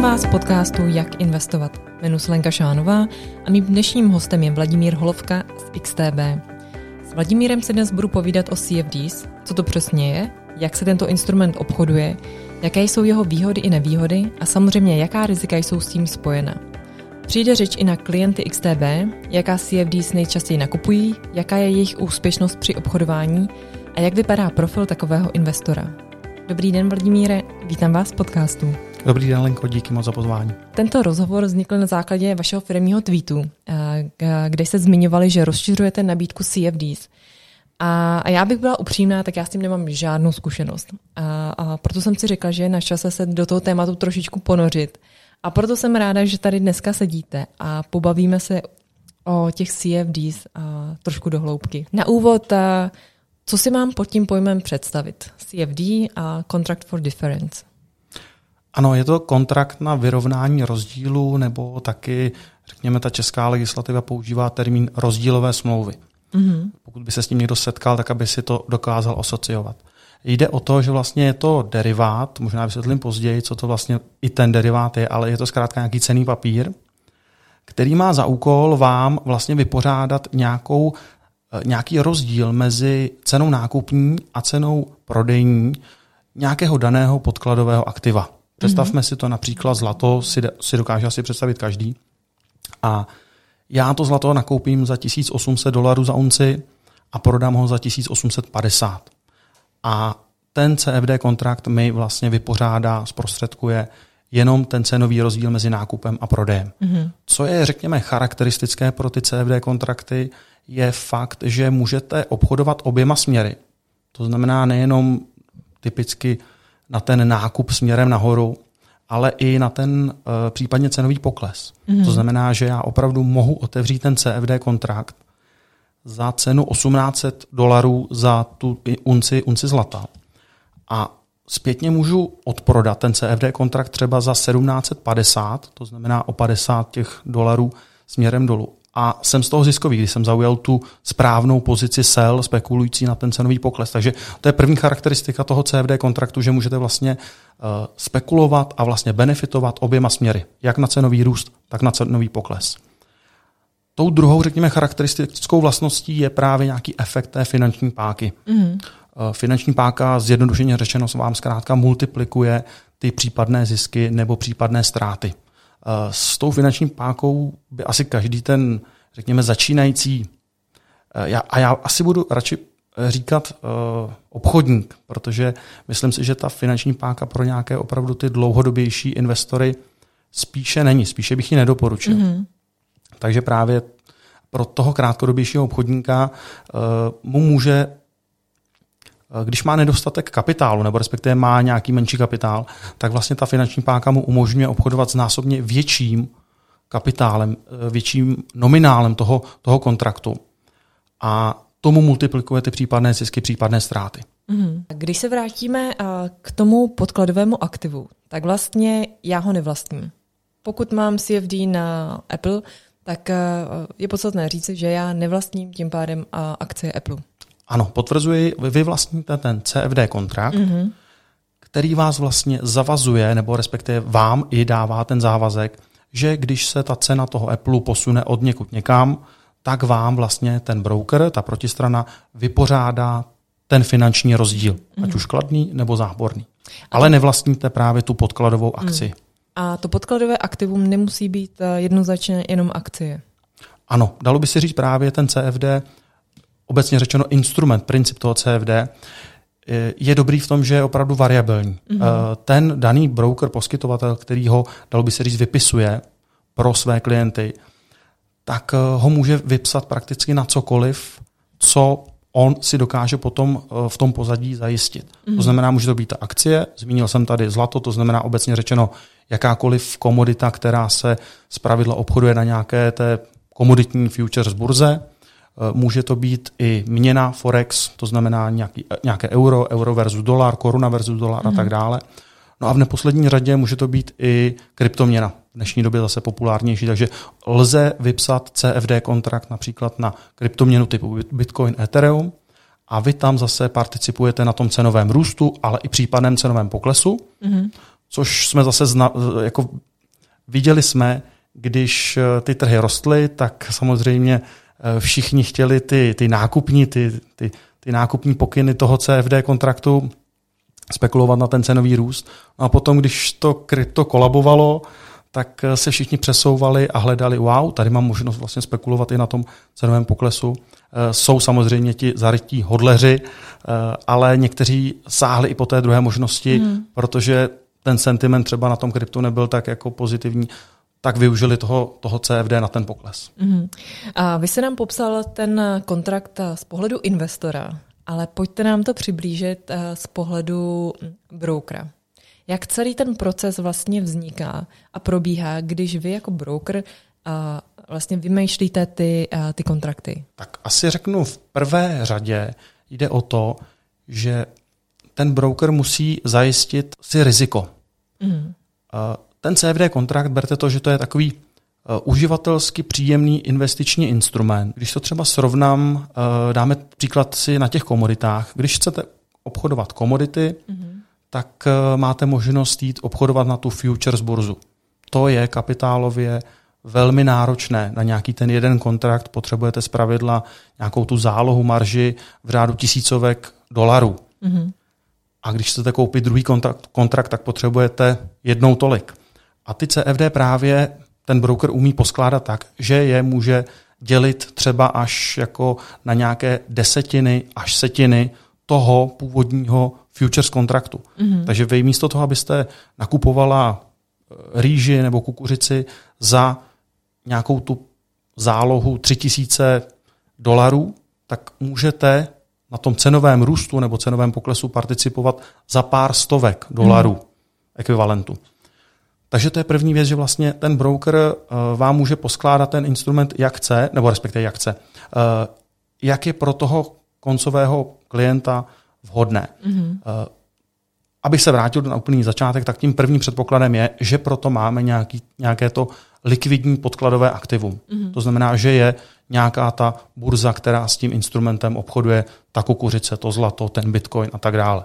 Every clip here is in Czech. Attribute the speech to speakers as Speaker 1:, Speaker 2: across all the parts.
Speaker 1: vás v podcastu Jak investovat. Jmenuji se Lenka Šánová a mým dnešním hostem je Vladimír Holovka z XTB. S Vladimírem si dnes budu povídat o CFDs, co to přesně je, jak se tento instrument obchoduje, jaké jsou jeho výhody i nevýhody a samozřejmě jaká rizika jsou s tím spojena. Přijde řeč i na klienty XTB, jaká CFDs nejčastěji nakupují, jaká je jejich úspěšnost při obchodování a jak vypadá profil takového investora. Dobrý den, Vladimíre, vítám vás v podcastu.
Speaker 2: Dobrý den, Lenko, díky moc za pozvání.
Speaker 1: Tento rozhovor vznikl na základě vašeho firemního tweetu, kde jste zmiňovali, že rozšiřujete nabídku CFDs. A já bych byla upřímná, tak já s tím nemám žádnou zkušenost. A proto jsem si řekla, že je na čase se do toho tématu trošičku ponořit. A proto jsem ráda, že tady dneska sedíte a pobavíme se o těch CFDs trošku do hloubky. Na úvod, co si mám pod tím pojmem představit? CFD a Contract for Difference.
Speaker 2: Ano, je to kontrakt na vyrovnání rozdílu, nebo taky, řekněme, ta česká legislativa používá termín rozdílové smlouvy. Mm-hmm. Pokud by se s tím někdo setkal, tak aby si to dokázal asociovat. Jde o to, že vlastně je to derivát, možná vysvětlím později, co to vlastně i ten derivát je, ale je to zkrátka nějaký cenný papír, který má za úkol vám vlastně vypořádat nějaký rozdíl mezi cenou nákupní a cenou prodejní nějakého daného podkladového aktiva. Představme si to například zlato, si dokáže asi představit každý. A já to zlato nakoupím za $1,800 za unci a prodám ho za 1,850. A ten CFD kontrakt mi vlastně vypořádá, zprostředkuje jenom ten cenový rozdíl mezi nákupem a prodejem. Mm-hmm. Co je, řekněme, charakteristické pro ty CFD kontrakty, je fakt, že můžete obchodovat oběma směry. To znamená nejenom typicky na ten nákup směrem nahoru, ale i na ten případně cenový pokles. Mm-hmm. To znamená, že já opravdu mohu otevřít ten CFD kontrakt za cenu $1,800 za tu unci zlata. A zpětně můžu odprodat ten CFD kontrakt třeba za $1,750, to znamená o $50 směrem dolů. A jsem z toho ziskový, když jsem zaujal tu správnou pozici sell, spekulující na ten cenový pokles. Takže to je první charakteristika toho CFD kontraktu, že můžete vlastně spekulovat a vlastně benefitovat oběma směry, jak na cenový růst, tak na cenový pokles. Tou druhou, řekněme, charakteristickou vlastností je právě nějaký efekt té finanční páky. Mm-hmm. Finanční páka, zjednodušeně řečeno, vám zkrátka multiplikuje ty případné zisky nebo případné ztráty. S tou finanční pákou by asi každý ten, řekněme, začínající, já asi budu radši říkat obchodník, protože myslím si, že ta finanční páka pro nějaké opravdu ty dlouhodobější investory spíše bych ji nedoporučil. Mm-hmm. Takže právě pro toho krátkodobějšího obchodníka mu může, když má nedostatek kapitálu, nebo respektive má nějaký menší kapitál, tak vlastně ta finanční páka mu umožňuje obchodovat s násobně větším kapitálem, větším nominálem toho kontraktu. A tomu multiplikuje ty případné zisky, případné ztráty.
Speaker 1: Když se vrátíme k tomu podkladovému aktivu, tak vlastně já ho nevlastním. Pokud mám CFD na Apple, tak je podstatné říci, že já nevlastním tím pádem akcie Apple.
Speaker 2: Ano, potvrzuji, vy vlastníte ten CFD kontrakt, který vás vlastně zavazuje, nebo respektive vám i dává ten závazek, že když se ta cena toho Apple posune od někud někam, tak vám vlastně ten broker, ta protistrana, vypořádá ten finanční rozdíl, ať už kladný nebo záporný. Ale nevlastníte právě tu podkladovou akci.
Speaker 1: A to podkladové aktivum nemusí být jednoznačně jenom akcie.
Speaker 2: Ano, dalo by se říct právě ten CFD, obecně řečeno instrument, princip toho CFD, je dobrý v tom, že je opravdu variabilní. Mm-hmm. Ten daný broker, poskytovatel, který ho, dalo by se říct, vypisuje pro své klienty, tak ho může vypsat prakticky na cokoliv, co on si dokáže potom v tom pozadí zajistit. Mm-hmm. To znamená, může to být ta akcie, zmínil jsem tady zlato, to znamená obecně řečeno jakákoliv komodita, která se zpravidla obchoduje na nějaké té komoditní futures burze. Může to být i měna Forex, to znamená nějaké euro versus dolar, koruna versus dolar a tak dále. No a v neposlední řadě může to být i kryptoměna. V dnešní době zase populárnější, takže lze vypsat CFD kontrakt například na kryptoměnu typu Bitcoin, Ethereum a vy tam zase participujete na tom cenovém růstu, ale i případném cenovém poklesu, což jsme zase jako Viděli jsme, když ty trhy rostly, tak samozřejmě všichni chtěli ty nákupní pokyny toho CFD kontraktu spekulovat na ten cenový růst. A potom, když to krypto kolabovalo, tak se všichni přesouvali a hledali, wow, tady mám možnost vlastně spekulovat i na tom cenovém poklesu. Jsou samozřejmě ti zarytí hodleři, ale někteří sáhli i po té druhé možnosti, protože ten sentiment třeba na tom kryptu nebyl tak jako pozitivní, tak využili toho CFD na ten pokles.
Speaker 1: A vy jste nám popsal ten kontrakt z pohledu investora, ale pojďte nám to přiblížit z pohledu brokera. Jak celý ten proces vlastně vzniká a probíhá, když vy jako broker vlastně vymýšlíte ty kontrakty?
Speaker 2: Tak asi řeknu, v prvé řadě jde o to, že ten broker musí zajistit si riziko. Ten CFD kontrakt, berte to, že to je takový uživatelsky příjemný investiční instrument. Když to třeba srovnám, dáme příklad si na těch komoditách. Když chcete obchodovat komodity, tak máte možnost jít obchodovat na tu futures burzu. To je kapitálově velmi náročné. Na nějaký ten jeden kontrakt potřebujete zpravidla nějakou tu zálohu marži v řádu tisícovek dolarů. A když chcete koupit druhý kontrakt, tak potřebujete jednou tolik. A ty CFD právě ten broker umí poskládat tak, že je může dělit třeba až jako na nějaké desetiny až setiny toho původního futures kontraktu. Takže vy místo toho, abyste nakupovala rýži nebo kukuřici za nějakou tu zálohu $3000, tak můžete na tom cenovém růstu nebo cenovém poklesu participovat za pár stovek dolarů ekvivalentu. Takže to je první věc, že vlastně ten broker vám může poskládat ten instrument jak chce, nebo respektive jak chce, jak je pro toho koncového klienta vhodné. Abych se vrátil na úplný začátek, tak tím prvním předpokladem je, že proto máme nějaké to likvidní podkladové aktivum. To znamená, že je nějaká ta burza, která s tím instrumentem obchoduje, ta kukuřice, to zlato, ten bitcoin a tak dále.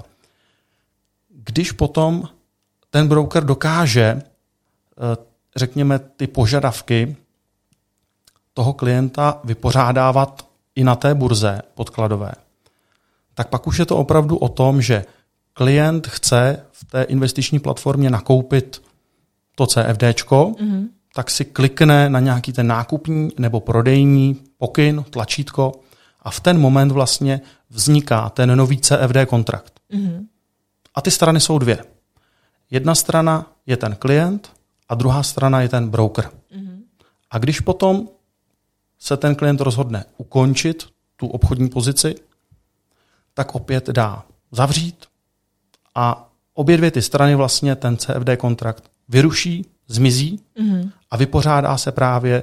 Speaker 2: Když potom ten broker dokáže, řekněme, ty požadavky toho klienta vypořádávat i na té burze podkladové, tak pak už je to opravdu o tom, že klient chce v té investiční platformě nakoupit to CFDčko, tak si klikne na nějaký ten nákupní nebo prodejní pokyn, tlačítko a v ten moment vlastně vzniká ten nový CFD kontrakt. A ty strany jsou dvě. Jedna strana je ten klient a druhá strana je ten broker. A když potom se ten klient rozhodne ukončit tu obchodní pozici, tak opět dá zavřít a obě dvě ty strany vlastně ten CFD kontrakt vyruší, zmizí a vypořádá se právě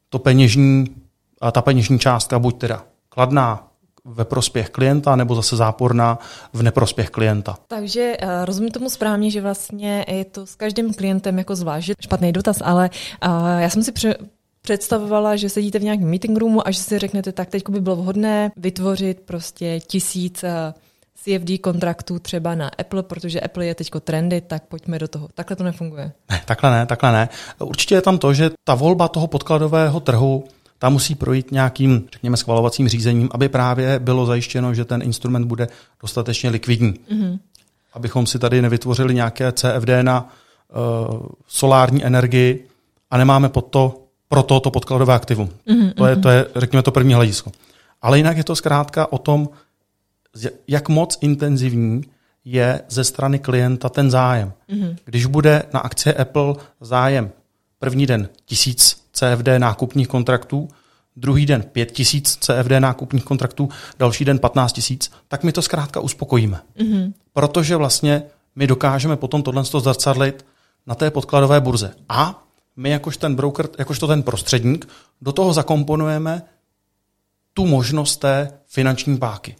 Speaker 2: ta peněžní částka, buď teda kladná ve prospěch klienta, nebo zase záporná v neprospěch klienta.
Speaker 1: Takže rozumím tomu správně, že vlastně je to s každým klientem jako zvlášť, špatný dotaz, ale já jsem si představovala, že sedíte v nějakém meeting roomu a že si řeknete, tak teď by bylo vhodné vytvořit prostě 1000 CFD kontraktů třeba na Apple, protože Apple je teďko trendy, tak pojďme do toho. Takhle to nefunguje.
Speaker 2: Ne, takhle ne. Určitě je tam to, že ta volba toho podkladového trhu, ta musí projít nějakým, řekněme, schvalovacím řízením, aby právě bylo zajištěno, že ten instrument bude dostatečně likvidní. Abychom si tady nevytvořili nějaké CFD na solární energii a nemáme pro to podkladové aktivum. To je, řekněme, to první hledisko. Ale jinak je to zkrátka o tom, jak moc intenzivní je ze strany klienta ten zájem. Když bude na akcie Apple zájem první den 1000 CFD nákupních kontraktů, druhý den 5000 CFD nákupních kontraktů, další den 15 000, tak my to zkrátka uspokojíme. Protože vlastně my dokážeme potom tohle zrcadlit na té podkladové burze. A my jakož ten broker, jakožto ten prostředník, do toho zakomponujeme tu možnost té finanční páky.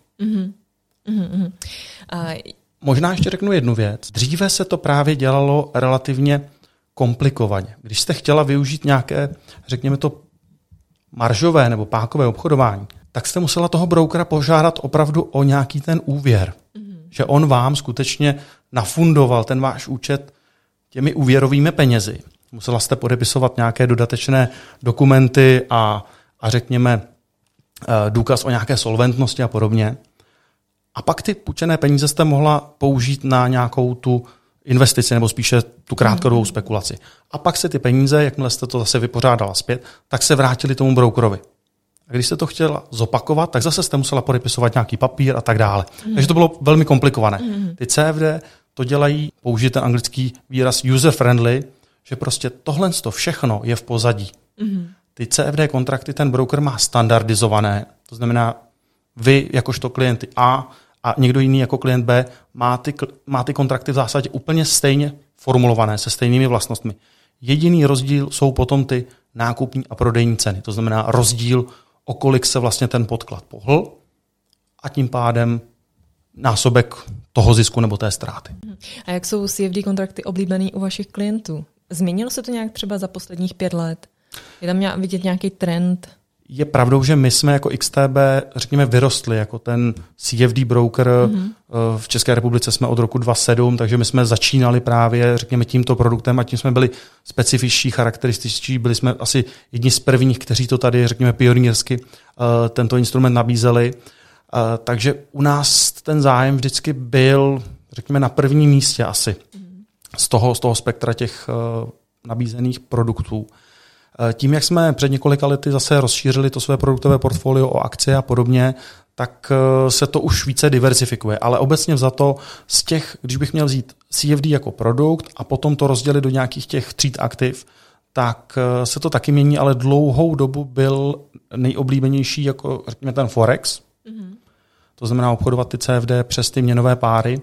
Speaker 2: Možná ještě řeknu jednu věc. Dříve se to právě dělalo relativně komplikovaně. Když jste chtěla využít nějaké, řekněme to, maržové nebo pákové obchodování, tak jste musela toho brokera požádat opravdu o nějaký ten úvěr. Že on vám skutečně nafundoval ten váš účet těmi úvěrovými penězi. musela jste podepisovat nějaké dodatečné dokumenty a řekněme důkaz o nějaké solventnosti a podobně. A pak ty půjčené peníze jste mohla použít na nějakou tu investici nebo spíše tu krátkodobou spekulaci. A pak se ty peníze, jakmile jste to zase vypořádala zpět, tak se vrátili tomu brokerovi. A když jste to chtěla zopakovat, tak zase jste musela podepisovat nějaký papír a tak dále. Takže to bylo velmi komplikované. Ty CFD to dělají, použít ten anglický výraz user-friendly, že prostě tohle všechno je v pozadí. Ty CFD kontrakty ten broker má standardizované, to znamená, vy jakožto klienty A a někdo jiný jako klient B má ty kontrakty v zásadě úplně stejně formulované, se stejnými vlastnostmi. Jediný rozdíl jsou potom ty nákupní a prodejní ceny, to znamená rozdíl, o kolik se vlastně ten podklad pohl a tím pádem násobek toho zisku nebo té ztráty.
Speaker 1: A jak jsou CFD kontrakty oblíbený u vašich klientů? Změnilo se to nějak třeba za posledních 5 let? Je tam vidět nějaký trend?
Speaker 2: Je pravdou, že my jsme jako XTB, řekněme, vyrostli jako ten CFD broker. V České republice jsme od roku 2007, takže my jsme začínali právě, řekněme, tímto produktem a tím jsme byli specifičtí, charakterističtí. Byli jsme asi jedni z prvních, kteří to tady, řekněme, pionýrsky tento instrument nabízeli. Takže u nás ten zájem vždycky byl, řekněme, na prvním místě asi z toho spektra těch nabízených produktů. Tím, jak jsme před několika lety zase rozšířili to své produktové portfolio o akcie a podobně, tak se to už více diversifikuje. Ale obecně vzato z těch, když bych měl vzít CFD jako produkt a potom to rozdělit do nějakých těch tříd aktiv, tak se to taky mění, ale dlouhou dobu byl nejoblíbenější jako, řekněme, ten Forex. To znamená obchodovat ty CFD přes ty měnové páry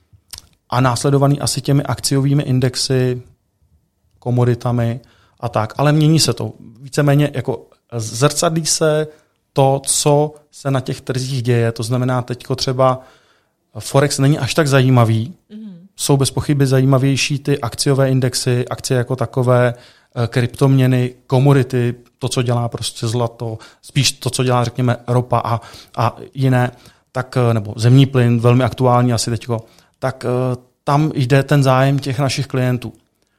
Speaker 2: a následovaný asi těmi akciovými indexy, komoditami a tak. Ale mění se to. Víceméně jako zrcadlí se to, co se na těch trzích děje. To znamená, teďko třeba Forex není až tak zajímavý. Jsou bez pochyby zajímavější ty akciové indexy, akcie jako takové, kryptoměny, komodity, to, co dělá prostě zlato, spíš to, co dělá, řekněme, ropa a jiné, tak, nebo zemní plyn, velmi aktuální asi teďko, tak tam jde ten zájem těch našich klientů.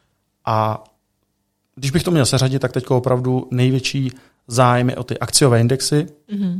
Speaker 2: A když bych to měl seřadit, tak teďko opravdu největší zájem je o ty akciové indexy,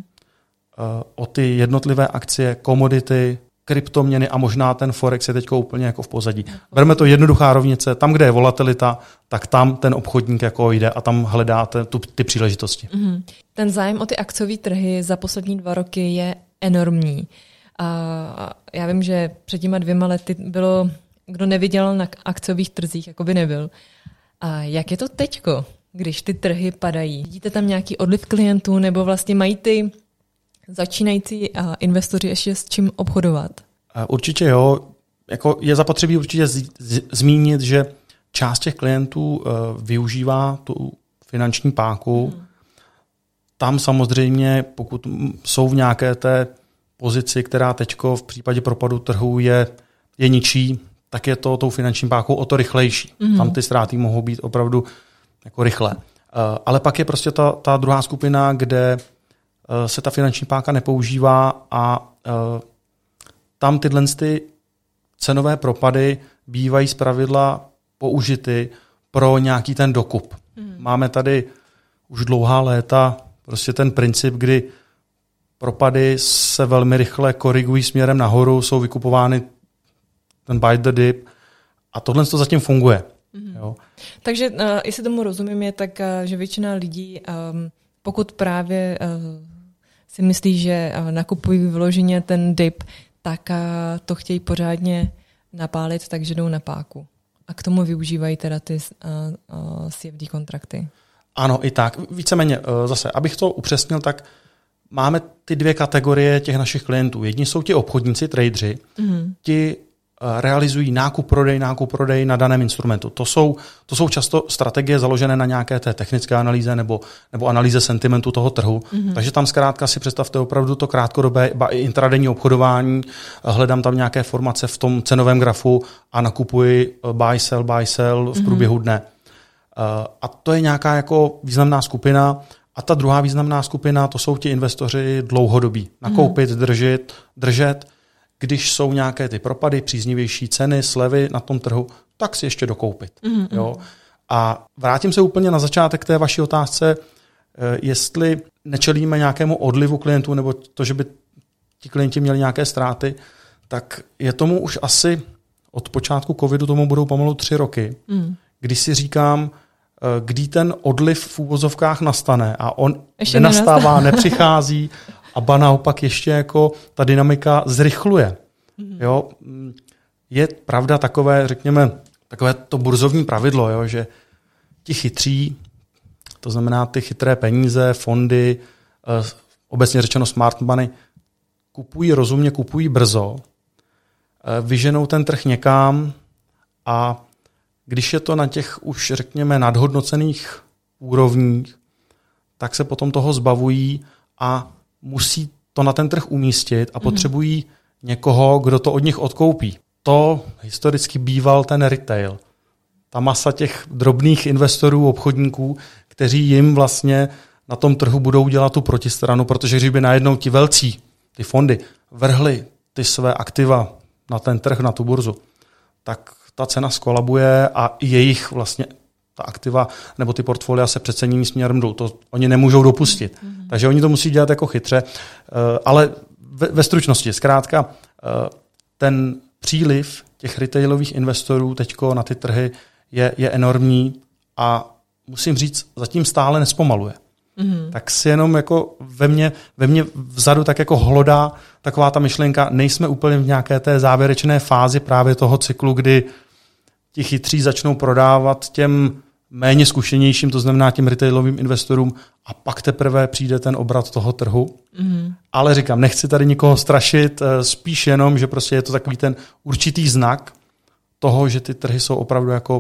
Speaker 2: o ty jednotlivé akcie, komodity, kryptoměny a možná ten Forex je teďko úplně jako v pozadí. Berme to jednoduchá rovnice, tam, kde je volatilita, tak tam ten obchodník jako jde a tam hledá ty příležitosti.
Speaker 1: Ten zájem o ty akciové trhy za poslední 2 roky je enormní. A já vím, že před těma 2 lety bylo, kdo neviděl na akciových trzích, jako by nebyl. A jak je to teďko, když ty trhy padají? Vidíte tam nějaký odliv klientů nebo vlastně mají ty začínající investoři ještě s čím obchodovat?
Speaker 2: Určitě jo. Jako je zapotřebí určitě zmínit, že část těch klientů využívá tu finanční páku. Tam samozřejmě, pokud jsou v nějaké té pozici, která teďko v případě propadu trhu je ničí, tak je to tou finanční pákou o to rychlejší. Tam ty ztráty mohou být opravdu jako rychlé. Ale pak je prostě ta druhá skupina, kde se ta finanční páka nepoužívá a tam tyhle cenové propady bývají zpravidla použity pro nějaký ten dokup. Máme tady už dlouhá léta prostě ten princip, kdy propady se velmi rychle korigují směrem nahoru, jsou vykupovány ten buy the dip a tohle to zatím funguje. Jo.
Speaker 1: Takže jestli tomu rozumím, je tak, že většina lidí, pokud právě si myslí, že nakupují vyloženě ten dip, tak to chtějí pořádně napálit, takže jdou na páku. A k tomu využívají teda ty CFD kontrakty.
Speaker 2: Ano, i tak. Víceméně zase, abych to upřesnil, tak máme ty 2 kategorie těch našich klientů. Jedni jsou ti obchodníci, tradeři, ti realizují nákup, prodej na daném instrumentu. To jsou často strategie založené na nějaké té technické analýze nebo analýze sentimentu toho trhu. Takže tam zkrátka si představte opravdu to krátkodobé, ba i intradenní obchodování, hledám tam nějaké formace v tom cenovém grafu a nakupuji buy, sell v průběhu dne. A to je nějaká jako významná skupina. A ta druhá významná skupina, to jsou ti investoři dlouhodobí. Nakoupit, držet. Když jsou nějaké ty propady, příznivější ceny, slevy na tom trhu, tak si ještě dokoupit. Jo? A vrátím se úplně na začátek té vaší otázce, jestli nečelíme nějakému odlivu klientů nebo to, že by ti klienti měli nějaké ztráty, tak je tomu už asi od počátku covidu tomu budou pomalu 3 roky, když si říkám, kdy ten odliv v úvozovkách nastane a on nenastává, nepřichází a ba naopak ještě jako ta dynamika zrychluje. Jo? Je pravda takové, řekněme, takové to burzovní pravidlo, jo, že ti chytří, to znamená ty chytré peníze, fondy, obecně řečeno smart money, kupují rozumně, kupují brzo, vyženou ten trh někam a když je to na těch už, řekněme, nadhodnocených úrovních, tak se potom toho zbavují a musí to na ten trh umístit a potřebují někoho, kdo to od nich odkoupí. To historicky býval ten retail. Ta masa těch drobných investorů, obchodníků, kteří jim vlastně na tom trhu budou dělat tu protistranu, protože když by najednou ti velcí, ty fondy, vrhli ty své aktiva na ten trh, na tu burzu, tak ta cena skolabuje a jejich vlastně ta aktiva nebo ty portfolia se přecenění směrem dolů. To oni nemůžou dopustit. Takže oni to musí dělat jako chytře. Ale ve stručnosti, zkrátka, ten příliv těch retailových investorů teďko na ty trhy je enormní a musím říct, zatím stále nespomaluje. Tak si jenom jako ve mně vzadu tak jako hlodá taková ta myšlenka, nejsme úplně v nějaké té závěrečné fázi právě toho cyklu, kdy ti chytří začnou prodávat těm méně zkušenějším, to znamená těm retailovým investorům a pak teprve přijde ten obrat toho trhu. Ale říkám, nechci tady nikoho strašit, spíš jenom, že prostě je to takový ten určitý znak toho, že ty trhy jsou opravdu jako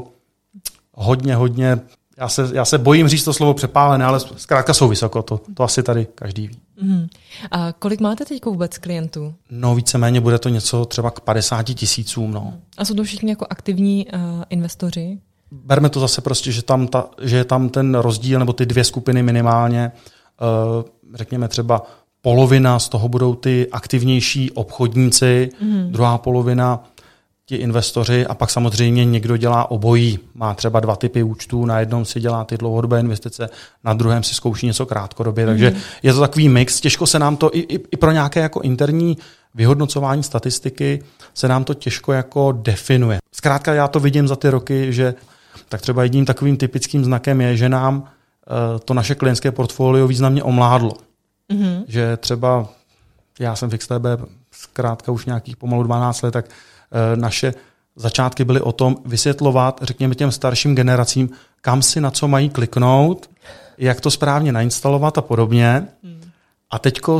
Speaker 2: hodně, já se bojím říct to slovo přepálené, ale zkrátka jsou vysoko, to asi tady každý ví.
Speaker 1: A kolik máte teď vůbec klientů?
Speaker 2: No víceméně bude to něco třeba k 50 000. No.
Speaker 1: A jsou to všichni jako aktivní investoři?
Speaker 2: Berme to zase prostě, že je tam ten rozdíl, nebo ty 2 skupiny minimálně, řekněme třeba polovina z toho budou ty aktivnější obchodníci, druhá polovina ti investoři a pak samozřejmě někdo dělá obojí. Má třeba 2 typy účtů, na jednom si dělá ty dlouhodobé investice, na druhém si zkouší něco krátkodobě, takže je to takový mix. Těžko se nám to i pro nějaké jako interní vyhodnocování statistiky se nám to těžko jako definuje. Zkrátka já to vidím za ty roky, že tak třeba jedním takovým typickým znakem je, že nám to naše klientské portfolio významně omládlo. Že třeba já jsem v XTB zkrátka už nějakých pomalu 12 let, tak naše začátky byly o tom vysvětlovat, řekněme těm starším generacím, kam si na co mají kliknout, jak to správně nainstalovat a podobně. A teďko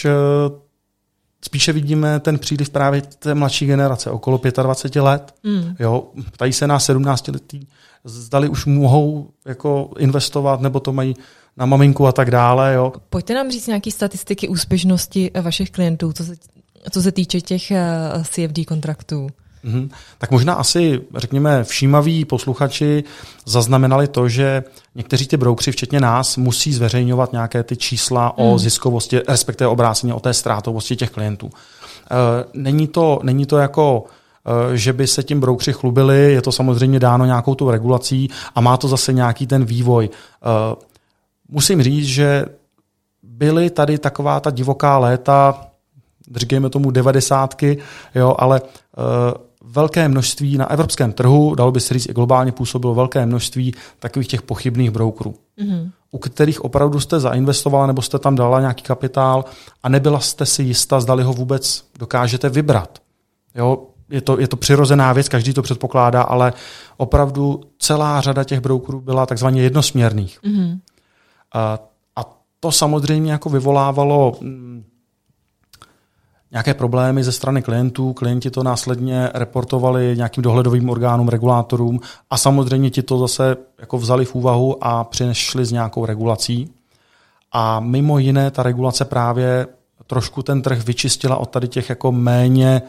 Speaker 2: spíše vidíme ten příliv právě té mladší generace, okolo 25 let. Jo, ptají se nás 17letí, zdali už mohou jako investovat, nebo to mají na maminku a tak dále. Jo.
Speaker 1: Pojďte nám říct nějaké statistiky úspěšnosti vašich klientů, co se týče těch CFD kontraktů.
Speaker 2: Tak možná asi, řekněme, všímaví posluchači zaznamenali to, že někteří ty broukři, včetně nás, musí zveřejňovat nějaké ty čísla o ziskovosti, respektive obráceně o té ztrátovosti těch klientů. Není to jako, že by se tím broukři chlubili, je to samozřejmě dáno nějakou tou regulací a má to zase nějaký ten vývoj. Musím říct, že byly tady taková ta divoká léta, říkejme tomu 90, jo, ale velké množství na evropském trhu, dalo by se říct i globálně působilo velké množství takových těch pochybných brokerů, u kterých opravdu jste zainvestovala nebo jste tam dala nějaký kapitál a nebyla jste si jistá, zdali ho vůbec dokážete vybrat. Jo, je to přirozená věc, každý to předpokládá, ale opravdu celá řada těch brokerů byla takzvaně jednosměrných. A to samozřejmě jako vyvolávalo nějaké problémy ze strany klientů. Klienti to následně reportovali nějakým dohledovým orgánům, regulátorům a samozřejmě ti to zase jako vzali v úvahu a přišli s nějakou regulací. A mimo jiné ta regulace právě trošku ten trh vyčistila od tady těch jako méně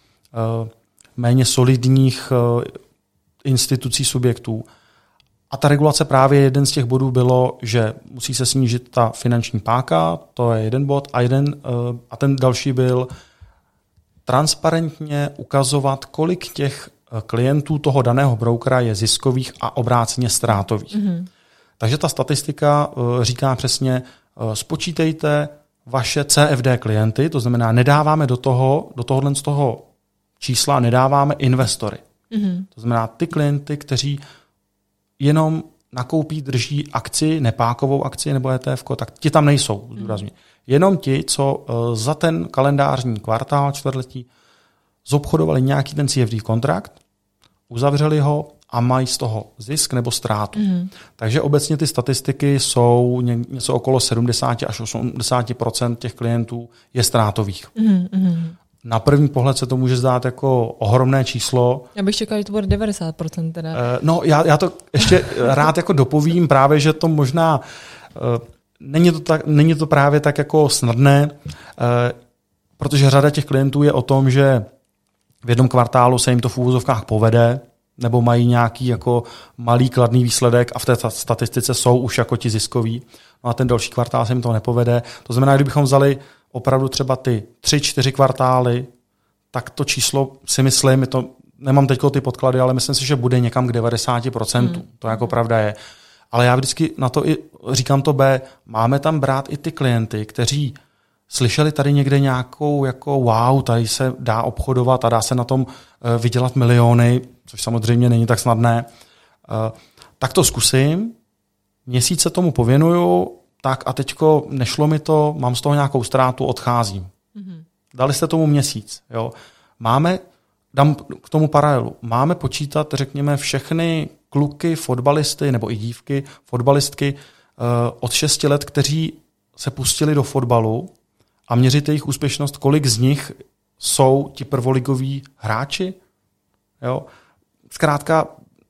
Speaker 2: solidních institucí, subjektů. A ta regulace právě jeden z těch bodů bylo, že musí se snížit ta finanční páka, to je jeden bod, a ten další byl transparentně ukazovat, kolik těch klientů toho daného brokera je ziskových a obráceně ztrátových. Takže ta statistika říká přesně, spočítejte vaše CFD klienty, to znamená, nedáváme do tohohle z toho čísla nedáváme investory. To znamená ty klienty, kteří jenom nakoupí, drží akci, nepákovou akci nebo ETF, tak ti tam nejsou, zdůrazně. Jenom ti, co za ten kalendářní kvartál, čtvrtletí, zobchodovali nějaký ten CFD kontrakt, uzavřeli ho a mají z toho zisk nebo ztrátu. Takže obecně ty statistiky jsou něco okolo 70 až 80% těch klientů je ztrátových. Na první pohled se to může zdát jako ohromné číslo.
Speaker 1: Já bych čekal, že to bude 90% teda.
Speaker 2: No, já to ještě rád jako dopovím právě, že to možná není to právě tak jako snadné, protože řada těch klientů je o tom, že v jednom kvartálu se jim to v úvozovkách povede, nebo mají nějaký jako malý kladný výsledek a v té statistice jsou už jako ti ziskoví. No a ten další kvartál se jim to nepovede. To znamená, kdybychom vzali opravdu třeba ty 3-4 kvartály, tak to číslo si myslím, nemám teď ty podklady, ale myslím si, že bude někam k 90%. To jako pravda je. Ale já vždycky na to i říkám to B, máme tam brát i ty klienty, kteří slyšeli tady někde nějakou jako wow, tady se dá obchodovat a dá se na tom vydělat miliony, což samozřejmě není tak snadné. Tak to zkusím, měsíc se tomu pověnuju, tak a teďko nešlo mi to, mám z toho nějakou ztrátu, odcházím. Dali jste tomu měsíc. Jo. Dám k tomu paralelu. Máme počítat, řekněme, všechny kluky, fotbalisty nebo i dívky, fotbalistky od 6 let, kteří se pustili do fotbalu a měřit jejich úspěšnost, kolik z nich jsou ti prvoligoví hráči. Jo. Zkrátka,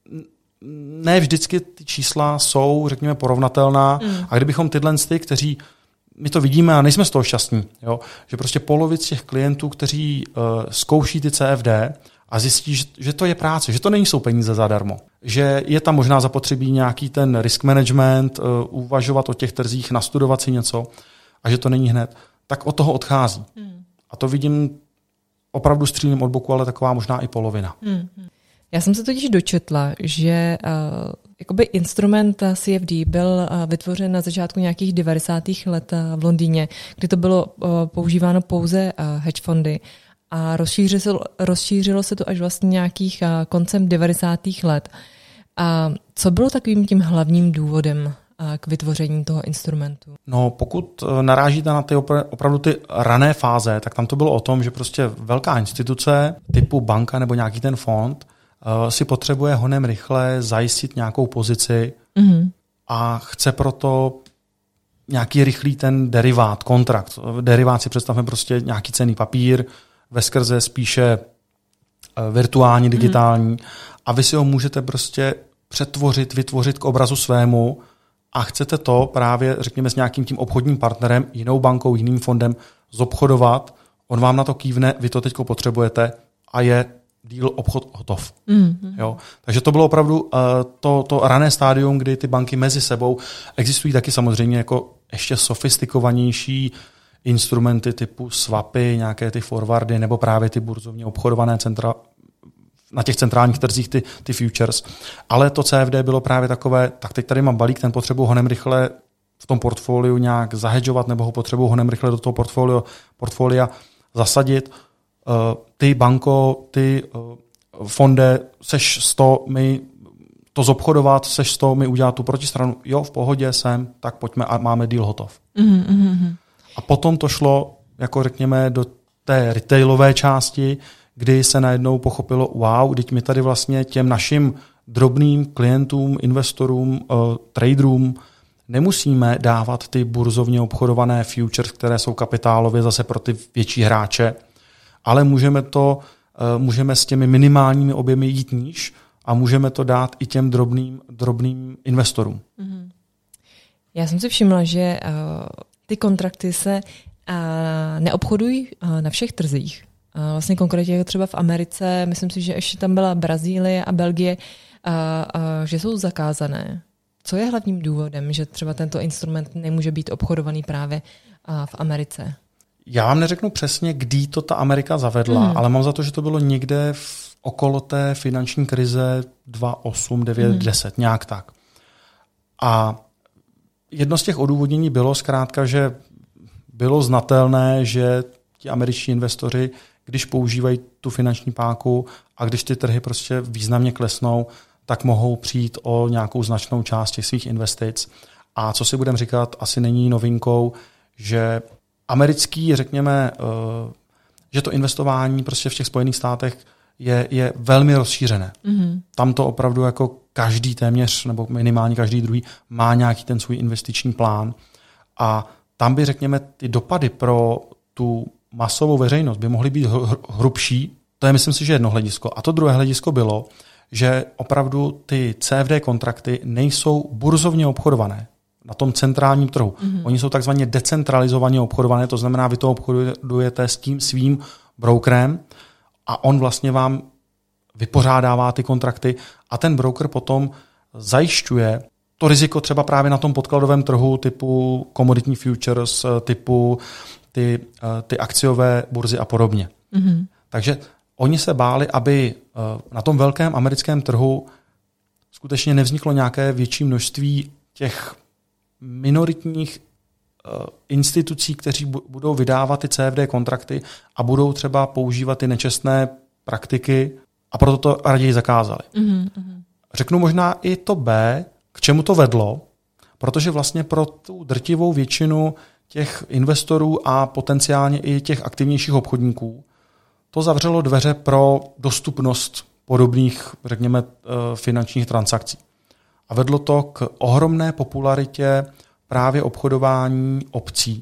Speaker 2: ne vždycky ty čísla jsou, řekněme, porovnatelná. A kdybychom tyhle, kteří my to vidíme a nejsme z toho šťastní, jo? Že prostě polovic těch klientů, kteří zkouší ty CFD a zjistí, že to je práce, že to nejsou peníze zadarmo, že je tam možná zapotřebí nějaký ten risk management, uvažovat o těch trzích, nastudovat si něco a že to není hned, tak od toho odchází. A to vidím opravdu střílím od boku, ale taková možná i polovina.
Speaker 1: Já jsem se totiž dočetla, že jakoby instrument CFD byl vytvořen na začátku nějakých 90. let v Londýně, kdy to bylo používáno pouze hedge fondy a rozšířilo se to až vlastně nějakých koncem 90. let. A co bylo takovým tím hlavním důvodem k vytvoření toho instrumentu?
Speaker 2: No, pokud narážíte na ty opravdu ty rané fáze, tak tam to bylo o tom, že prostě velká instituce typu banka nebo nějaký ten fond si potřebuje honem rychle zajistit nějakou pozici a chce proto nějaký rychlý ten derivát, kontrakt. Derivát si představme prostě nějaký cenný papír, veskrze spíše virtuální, digitální a vy si ho můžete prostě přetvořit, vytvořit k obrazu svému a chcete to právě, řekněme, s nějakým tím obchodním partnerem, jinou bankou, jiným fondem zobchodovat, on vám na to kývne, vy to teďko potřebujete a je deal, obchod hotov. Jo? Takže to bylo opravdu to rané stádium, kdy ty banky mezi sebou existují taky samozřejmě jako ještě sofistikovanější instrumenty typu swapy, nějaké ty forwardy nebo právě ty burzovně obchodované na těch centrálních trzích ty futures. Ale to CFD bylo právě takové, tak teď tady mám balík, ten potřebuji honem rychle v tom portfoliu nějak zahedžovat nebo ho potřebuji honem rychle do toho portfolia zasadit. Ty banko, ty fonde, seš 100, my to zobchodovat, seš 100, my udělat tu protistranu, jo, v pohodě jsem, tak pojďme a máme deal hotov. A potom to šlo, jako řekněme, do té retailové části, kdy se najednou pochopilo, wow, teď my tady vlastně těm našim drobným klientům, investorům, traderům nemusíme dávat ty burzovně obchodované futures, které jsou kapitálově zase pro ty větší hráče, ale můžeme s těmi minimálními objemy jít níž a můžeme to dát i těm drobným investorům.
Speaker 1: Já jsem si všimla, že ty kontrakty se neobchodují na všech trzích. Vlastně konkrétně třeba v Americe, myslím si, že ještě tam byla Brazílie a Belgie, že jsou zakázané. Co je hlavním důvodem, že třeba tento instrument nemůže být obchodovaný právě v Americe?
Speaker 2: Já vám neřeknu přesně, kdy to ta Amerika zavedla, ale mám za to, že to bylo někde okolo té finanční krize 2008, 9, 10, nějak tak. A jedno z těch odůvodnění bylo zkrátka, že bylo znatelné, že ti američtí investoři, když používají tu finanční páku a když ty trhy prostě významně klesnou, tak mohou přijít o nějakou značnou část těch svých investic. A co si budeme říkat, asi není novinkou, že americký, řekněme, že to investování prostě v těch Spojených státech je velmi rozšířené. Tam to opravdu jako každý téměř, nebo minimálně každý druhý, má nějaký ten svůj investiční plán. A tam by, řekněme, ty dopady pro tu masovou veřejnost by mohly být hrubší. To je, myslím si, že jedno hledisko. A to druhé hledisko bylo, že opravdu ty CFD kontrakty nejsou burzovně obchodované na tom centrálním trhu. Oni jsou takzvaně decentralizovaně obchodované, to znamená, vy to obchodujete s tím svým brokerem a on vlastně vám vypořádává ty kontrakty a ten broker potom zajišťuje to riziko třeba právě na tom podkladovém trhu typu commodity futures, typu ty akciové burzy a podobně. Takže oni se báli, aby na tom velkém americkém trhu skutečně nevzniklo nějaké větší množství těch minoritních institucí, kteří budou vydávat ty CFD kontrakty a budou třeba používat ty nečestné praktiky a proto to raději zakázali. Řeknu možná i to B, k čemu to vedlo, protože vlastně pro tu drtivou většinu těch investorů a potenciálně i těch aktivnějších obchodníků to zavřelo dveře pro dostupnost podobných, řekněme, finančních transakcí. A vedlo to k ohromné popularitě právě obchodování opcí.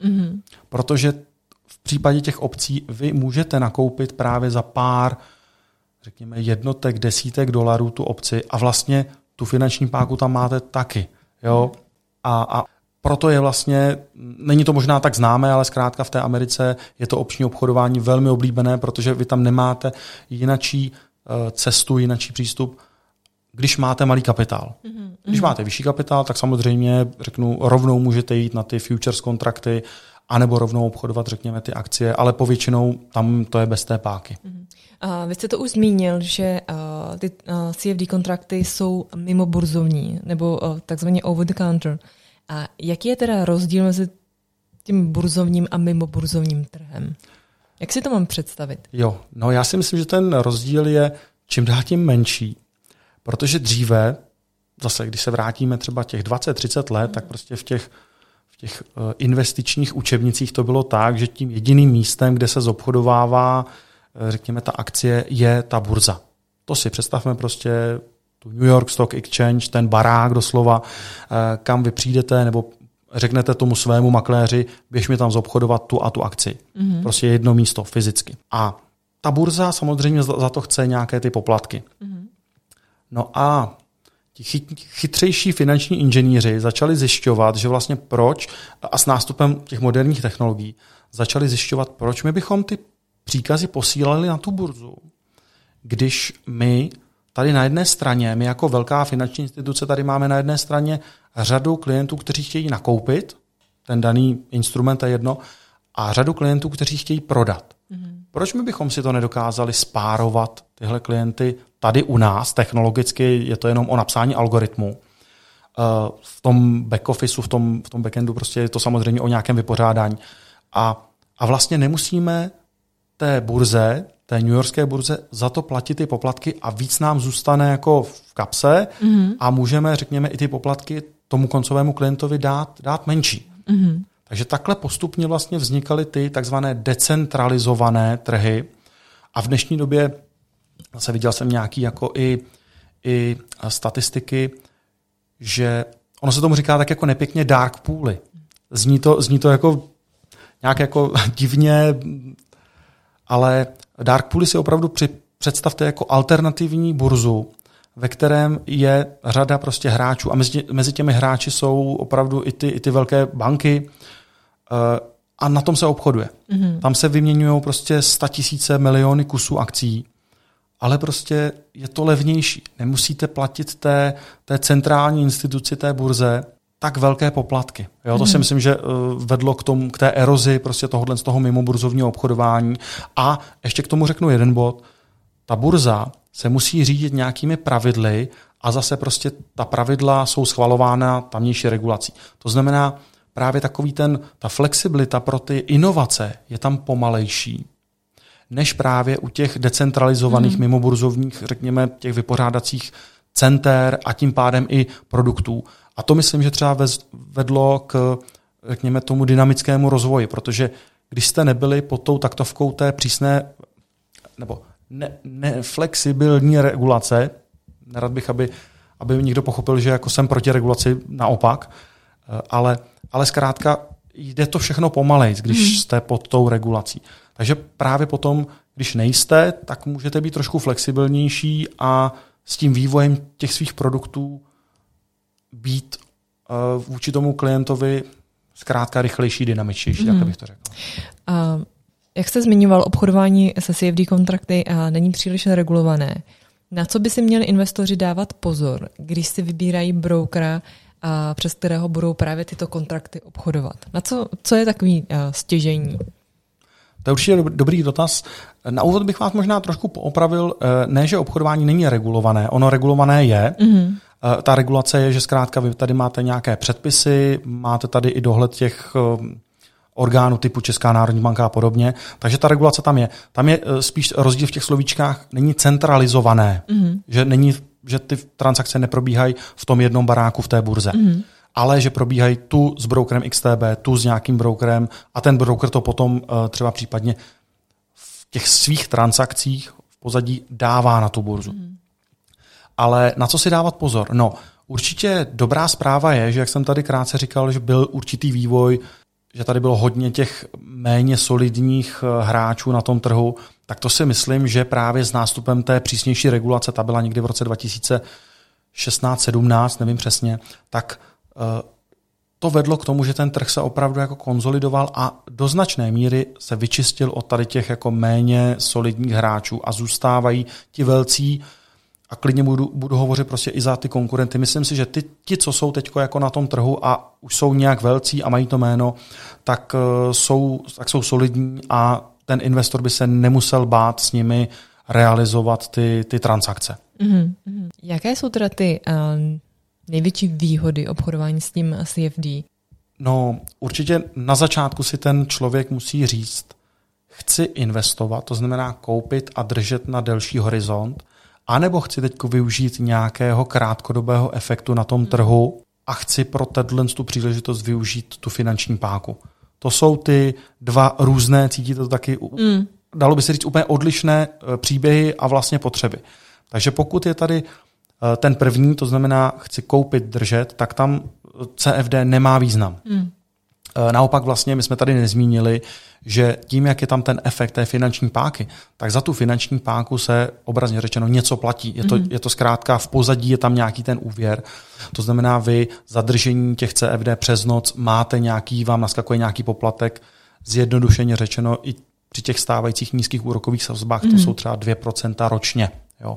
Speaker 2: Protože v případě těch opcí vy můžete nakoupit právě za pár, řekněme, jednotek, desítek dolarů tu opci a vlastně tu finanční páku tam máte taky. Jo? A proto je vlastně, není to možná tak známé, ale zkrátka v té Americe je to opční obchodování velmi oblíbené, protože vy tam nemáte jinačí cestu, jinačí přístup, když máte malý kapitál. Když máte vyšší kapitál, tak samozřejmě, řeknu, rovnou můžete jít na ty futures kontrakty, anebo rovnou obchodovat, řekněme, ty akcie, ale povětšinou tam to je bez té páky.
Speaker 1: Vy jste to už zmínil, že ty CFD kontrakty jsou mimo burzovní, nebo takzvaně over the counter. A jaký je teda rozdíl mezi tím burzovním a mimo burzovním trhem? Jak si to mám představit?
Speaker 2: Jo, no já si myslím, že ten rozdíl je čím dál tím menší, protože dříve, zase když se vrátíme třeba těch 20-30 let, tak prostě v těch investičních učebnicích to bylo tak, že tím jediným místem, kde se zobchodovává, řekněme, ta akcie, je ta burza. To si představme prostě tu New York Stock Exchange, ten barák doslova, kam vy přijdete nebo řeknete tomu svému makléři, běž mi tam zobchodovat tu a tu akci. Prostě jedno místo fyzicky. A ta burza samozřejmě za to chce nějaké ty poplatky. No a ti chytřejší finanční inženýři začali zjišťovat, že vlastně proč, a s nástupem těch moderních technologií, začali zjišťovat, proč my bychom ty příkazy posílali na tu burzu, když my tady na jedné straně, my jako velká finanční instituce, tady máme na jedné straně řadu klientů, kteří chtějí nakoupit ten daný instrument, je jedno, a řadu klientů, kteří chtějí prodat. Proč my bychom si to nedokázali spárovat, tyhle klienty, tady u nás, technologicky je to jenom o napsání algoritmu. V tom back officeu, v tom backendu prostě je to samozřejmě o nějakém vypořádání. A vlastně nemusíme té burze, té newyorské burze, za to platit ty poplatky a víc nám zůstane jako v kapse a můžeme, řekněme, i ty poplatky tomu koncovému klientovi dát menší. Takže takhle postupně vlastně vznikaly ty takzvané decentralizované trhy a v dnešní době zase viděl jsem nějaký jako i statistiky, že ono se tomu říká tak jako nepěkně dark pooly. Zní to jako nějak jako divně, ale dark pooly si opravdu představte jako alternativní burzu, ve kterém je řada prostě hráčů a mezi těmi hráči jsou opravdu i ty velké banky a na tom se obchoduje. Tam se vyměňují prostě 100 000 miliony kusů akcí, ale prostě je to levnější. Nemusíte platit té centrální instituci té burze tak velké poplatky. Jo, to si myslím, že vedlo k té erozi prostě tohohle z toho mimoburzovního obchodování. A ještě k tomu řeknu jeden bod. ta burza se musí řídit nějakými pravidly a zase prostě ta pravidla jsou schvalována tamnější regulací. To znamená, právě ta flexibilita pro ty inovace je tam pomalejší, než právě u těch decentralizovaných mimoburzovních, řekněme, těch vypořádacích center a tím pádem i produktů. A to myslím, že třeba vedlo k, řekněme, tomu dynamickému rozvoji, protože když jste nebyli pod tou taktovkou té přísné nebo neflexibilní regulace, nerad bych, aby někdo pochopil, že jako jsem proti regulaci, naopak, ale zkrátka jde to všechno pomalejc, když jste pod tou regulací. Takže právě potom, když nejste, tak můžete být trošku flexibilnější a s tím vývojem těch svých produktů být vůči tomu klientovi zkrátka rychlejší, dynamičtější, tak bych to řekl.
Speaker 1: Jak jste zmiňoval, obchodování se CFD kontrakty není příliš regulované. Na co by si měli investoři dávat pozor, když si vybírají brokera, přes kterého budou právě tyto kontrakty obchodovat? Na co je takový stěžejní?
Speaker 2: To je určitě dobrý dotaz. Na úvod bych vás možná trošku poopravil. Ne, že obchodování není regulované. Ono regulované je. Ta regulace je, že zkrátka vy tady máte nějaké předpisy, máte tady i dohled těch orgánů typu Česká národní banka a podobně. Takže ta regulace tam je. Tam je spíš rozdíl v těch slovíčkách, není centralizované. Že ty transakce neprobíhají v tom jednom baráku v té burze. Ale že probíhají tu s brokerem XTB, tu s nějakým brokerem a ten broker to potom třeba případně v těch svých transakcích v pozadí dává na tu burzu. Ale na co si dávat pozor? No, určitě dobrá zpráva je, že jak jsem tady krátce říkal, že byl určitý vývoj, že tady bylo hodně těch méně solidních hráčů na tom trhu, tak to si myslím, že právě s nástupem té přísnější regulace, ta byla někdy v roce 2016-17, nevím přesně, tak to vedlo k tomu, že ten trh se opravdu jako konzolidoval a do značné míry se vyčistil od tady těch jako méně solidních hráčů a zůstávají ti velcí a klidně budu hovořit prostě i za ty konkurenty. Myslím si, že ti, co jsou teď jako na tom trhu a už jsou nějak velcí a mají to jméno, tak jsou solidní a ten investor by se nemusel bát s nimi realizovat ty transakce.
Speaker 1: Jaké jsou teda ty největší výhody obchodování s tím CFD?
Speaker 2: No, určitě na začátku si ten člověk musí říct, chci investovat, to znamená koupit a držet na delší horizont, anebo chci teď využít nějakého krátkodobého efektu na tom trhu a chci pro tu příležitost využít tu finanční páku. To jsou ty dva různé, cítíte to taky, dalo by se říct úplně odlišné příběhy a vlastně potřeby. Takže pokud je tady ten první, to znamená chci koupit, držet, tak tam CFD nemá význam. Naopak vlastně my jsme tady nezmínili, že tím, jak je tam ten efekt té finanční páky, tak za tu finanční páku se obrazně řečeno něco platí. Je to zkrátka v pozadí, je tam nějaký ten úvěr. To znamená, vy zadržení těch CFD přes noc vám naskakuje nějaký poplatek, zjednodušeně řečeno i při těch stávajících nízkých úrokových sazbách, to jsou třeba 2% ročně. Jo.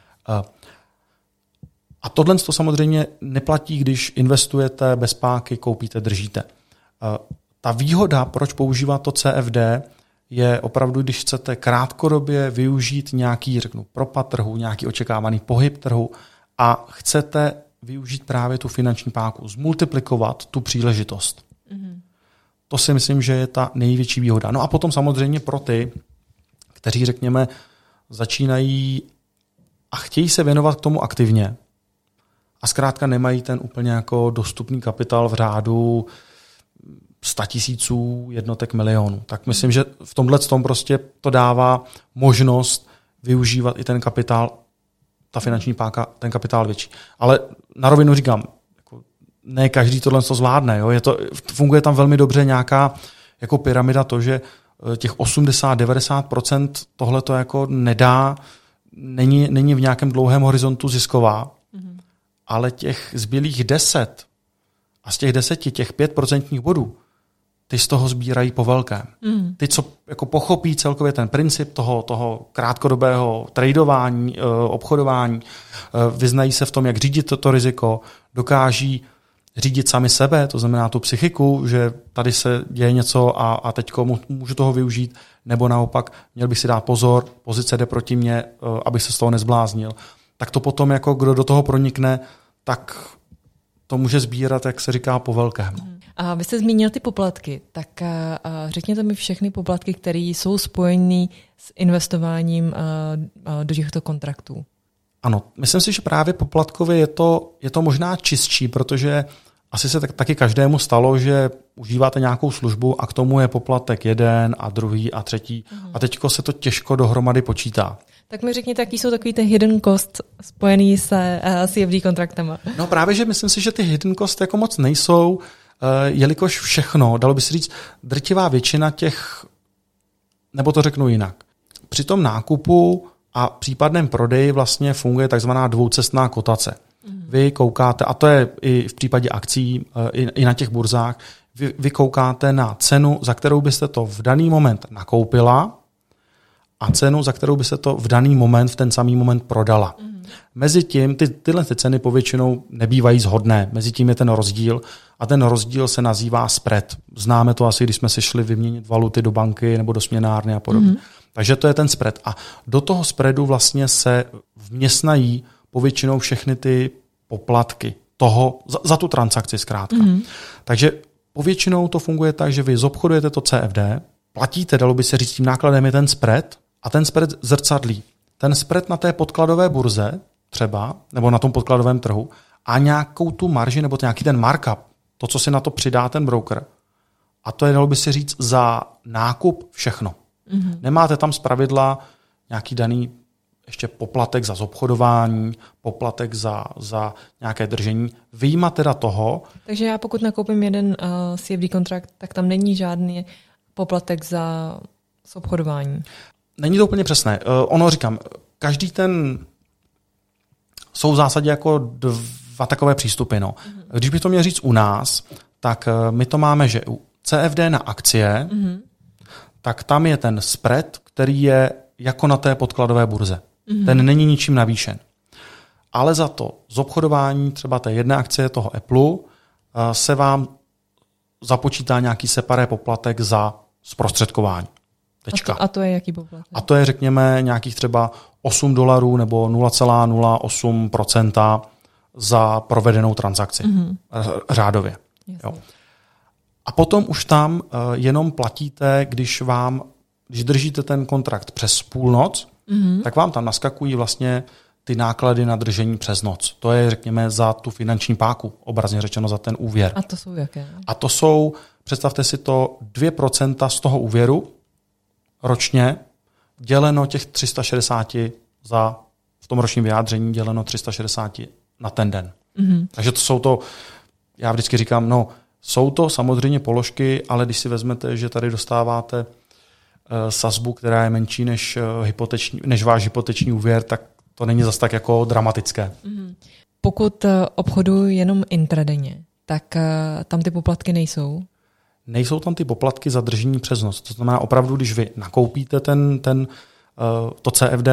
Speaker 2: A tohle to samozřejmě neplatí, když investujete bez páky, koupíte, držíte. Ta výhoda, proč používat to CFD, je opravdu, když chcete krátkodobě využít nějaký, propad trhu, nějaký očekávaný pohyb trhu a chcete využít právě tu finanční páku, zmultiplikovat tu příležitost. To si myslím, že je ta největší výhoda. No a potom samozřejmě pro ty, kteří, řekněme, začínají a chtějí se věnovat k tomu aktivně a zkrátka nemají ten úplně jako dostupný kapitál v řádu 100 000 jednotek milionů. Tak myslím, že v tomhle tom prostě to dává možnost využívat i ten kapitál, ta finanční páka, ten kapitál větší. Ale na rovinu říkám, jako ne každý tohle to zvládne. Jo? Funguje tam velmi dobře nějaká jako pyramida, to, že těch 80-90% tohle to jako nedá, není v nějakém dlouhém horizontu zisková, ale těch zbylých 10 a z těch 10 těch 5% bodů, ty z toho sbírají po velkém. Ty, co jako pochopí celkově ten princip toho krátkodobého tradování, obchodování, vyznají se v tom, jak řídit toto riziko, dokáží řídit sami sebe, to znamená tu psychiku, že tady se děje něco a teďko můžu toho využít, nebo naopak měl bych si dát pozor, pozice jde proti mně, abych se z toho nezbláznil. Tak to potom, jako kdo do toho pronikne, tak to může sbírat, jak se říká, po velkém.
Speaker 1: A vy jste zmínil ty poplatky, tak řekněte mi všechny poplatky, které jsou spojené s investováním do těchto kontraktů.
Speaker 2: Ano, myslím si, že právě poplatkově je to možná čistší, protože asi se taky každému stalo, že užíváte nějakou službu a k tomu je poplatek jeden a druhý a třetí a teďko se to těžko dohromady počítá.
Speaker 1: Tak mi řekněte, jaký jsou takový ty hidden cost spojený se CFD kontraktama.
Speaker 2: No právě, že myslím si, že ty hidden cost jako moc nejsou, jelikož všechno, dalo by se říct, drtivá většina těch, nebo to řeknu jinak, při tom nákupu a případném prodeji vlastně funguje takzvaná dvoucestná kotace. Vy koukáte, a to je i v případě akcí, i na těch burzách, vy koukáte na cenu, za kterou byste to v daný moment nakoupila a cenu, za kterou byste to v daný moment, v ten samý moment prodala. Mezitím tyhle ceny povětšinou nebývají shodné. Mezitím je ten rozdíl a ten rozdíl se nazývá spread. Známe to asi, když jsme si šli vyměnit valuty do banky nebo do směnárny a podobně. Takže to je ten spread. A do toho spreadu vlastně se vměstnají povětšinou všechny ty poplatky toho, za tu transakci zkrátka. Takže povětšinou to funguje tak, že vy zobchodujete to CFD, platíte, dalo by se říct, tím nákladem je ten spread a ten spread zrcadlí. Ten spread na té podkladové burze třeba, nebo na tom podkladovém trhu a nějakou tu marži nebo nějaký ten markup, to, co si na to přidá ten broker. A to je, dalo by se říct, za nákup všechno. Nemáte tam zpravidla nějaký daný ještě poplatek za zobchodování, poplatek za nějaké držení. Vyjma teda toho.
Speaker 1: Takže já pokud nakoupím jeden CFD kontrakt, tak tam není žádný poplatek za zobchodování.
Speaker 2: Není to úplně přesné. Ono říkám, každý ten jsou v zásadě jako dva takové přístupy. No. Když bych to měl říct u nás, tak my to máme, že u CFD na akcie, tak tam je ten spread, který je jako na té podkladové burze. Ten není ničím navýšen. Ale za to zobchodování třeba té jedné akcie toho Apple se vám započítá nějaký separé poplatek za zprostředkování. Tečka.
Speaker 1: A to je jaký poplatek?
Speaker 2: A to je, řekněme, nějakých třeba $8 nebo 0,08% za provedenou transakci. Řádově. Jo. A potom už tam jenom platíte, když držíte ten kontrakt přes půlnoc, tak vám tam naskakují vlastně ty náklady na držení přes noc. To je, řekněme, za tu finanční páku, obrazně řečeno za ten úvěr.
Speaker 1: A to jsou jaké?
Speaker 2: A to jsou, představte si to, 2% z toho úvěru ročně děleno těch 360 v tom ročním vyjádření děleno 360 na ten den. Takže to jsou to, já vždycky říkám, jsou to samozřejmě položky, ale když si vezmete, že tady dostáváte sazbu, která je menší než váš hypoteční úvěr, tak to není zas tak jako dramatické.
Speaker 1: Pokud obchoduji jenom intradenně, tak tam ty poplatky nejsou?
Speaker 2: Nejsou tam ty poplatky za držení přes noc. To znamená opravdu, když vy nakoupíte to CFD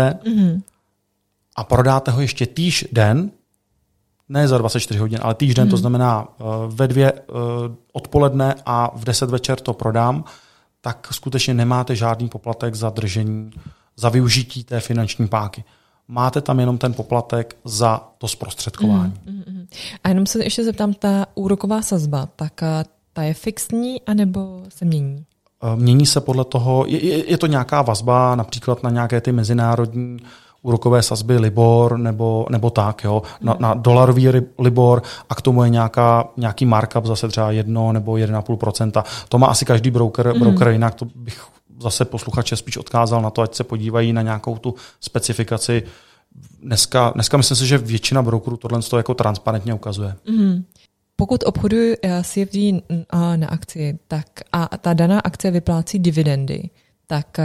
Speaker 2: a prodáte ho ještě týž den, ne za 24 hodin, ale týž den, to znamená ve 2 odpoledne a v 10 večer to prodám, tak skutečně nemáte žádný poplatek za držení, za využití té finanční páky. Máte tam jenom ten poplatek za to zprostředkování.
Speaker 1: A jenom se ještě zeptám, ta úroková sazba, tak ta je fixní, anebo se mění?
Speaker 2: Mění se podle toho, je to nějaká vazba, například na nějaké ty mezinárodní úrokové sazby Libor nebo tak, jo, na dolarový Libor a k tomu je nějaký markup zase třeba 1 nebo 1,5%. To má asi každý broker jinak, to bych zase posluchače spíš odkázal na to, ať se podívají na nějakou tu specifikaci. Dneska myslím si, že většina brokerů tohle jako transparentně ukazuje.
Speaker 1: Pokud obchoduji CFD na akci, tak a ta daná akce vyplácí dividendy, tak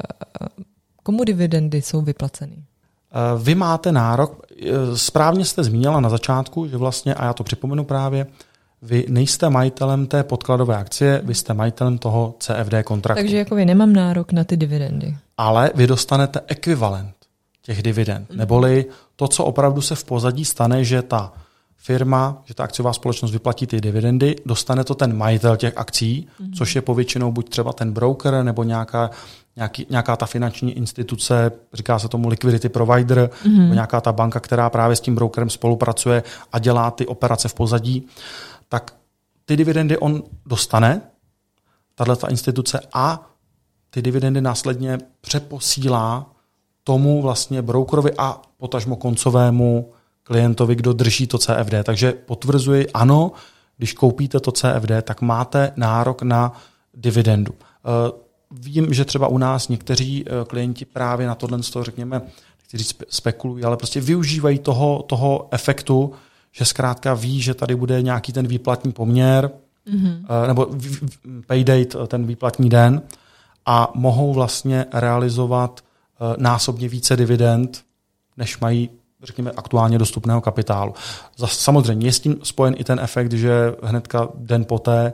Speaker 1: komu dividendy jsou vyplaceny?
Speaker 2: Vy máte nárok, správně jste zmínila na začátku, že vlastně, a já to připomenu právě, vy nejste majitelem té podkladové akcie, vy jste majitelem toho CFD kontraktu.
Speaker 1: Takže jako vy nemám nárok na ty dividendy.
Speaker 2: Ale vy dostanete ekvivalent těch dividend, neboli to, co opravdu se v pozadí stane, že ta firma, že ta akciová společnost vyplatí ty dividendy, dostane to ten majitel těch akcí, což je povětšinou buď třeba ten broker nebo nějaká ta finanční instituce, říká se tomu liquidity provider, nebo nějaká ta banka, která právě s tím brokerem spolupracuje a dělá ty operace v pozadí, tak ty dividendy on dostane, tato instituce, a ty dividendy následně přeposílá tomu vlastně brokerovi a potažmo koncovému klientovi, kdo drží to CFD. Takže potvrzuji, ano, když koupíte to CFD, tak máte nárok na dividendu. Vím, že třeba u nás někteří klienti právě na tohle, řekněme, kteří spekulují, ale prostě využívají toho efektu, že zkrátka ví, že tady bude nějaký ten výplatní poměr, nebo pay date, ten výplatní den, a mohou vlastně realizovat násobně více dividend, než mají, řekněme, aktuálně dostupného kapitálu. Samozřejmě je s tím spojen i ten efekt, že hnedka den poté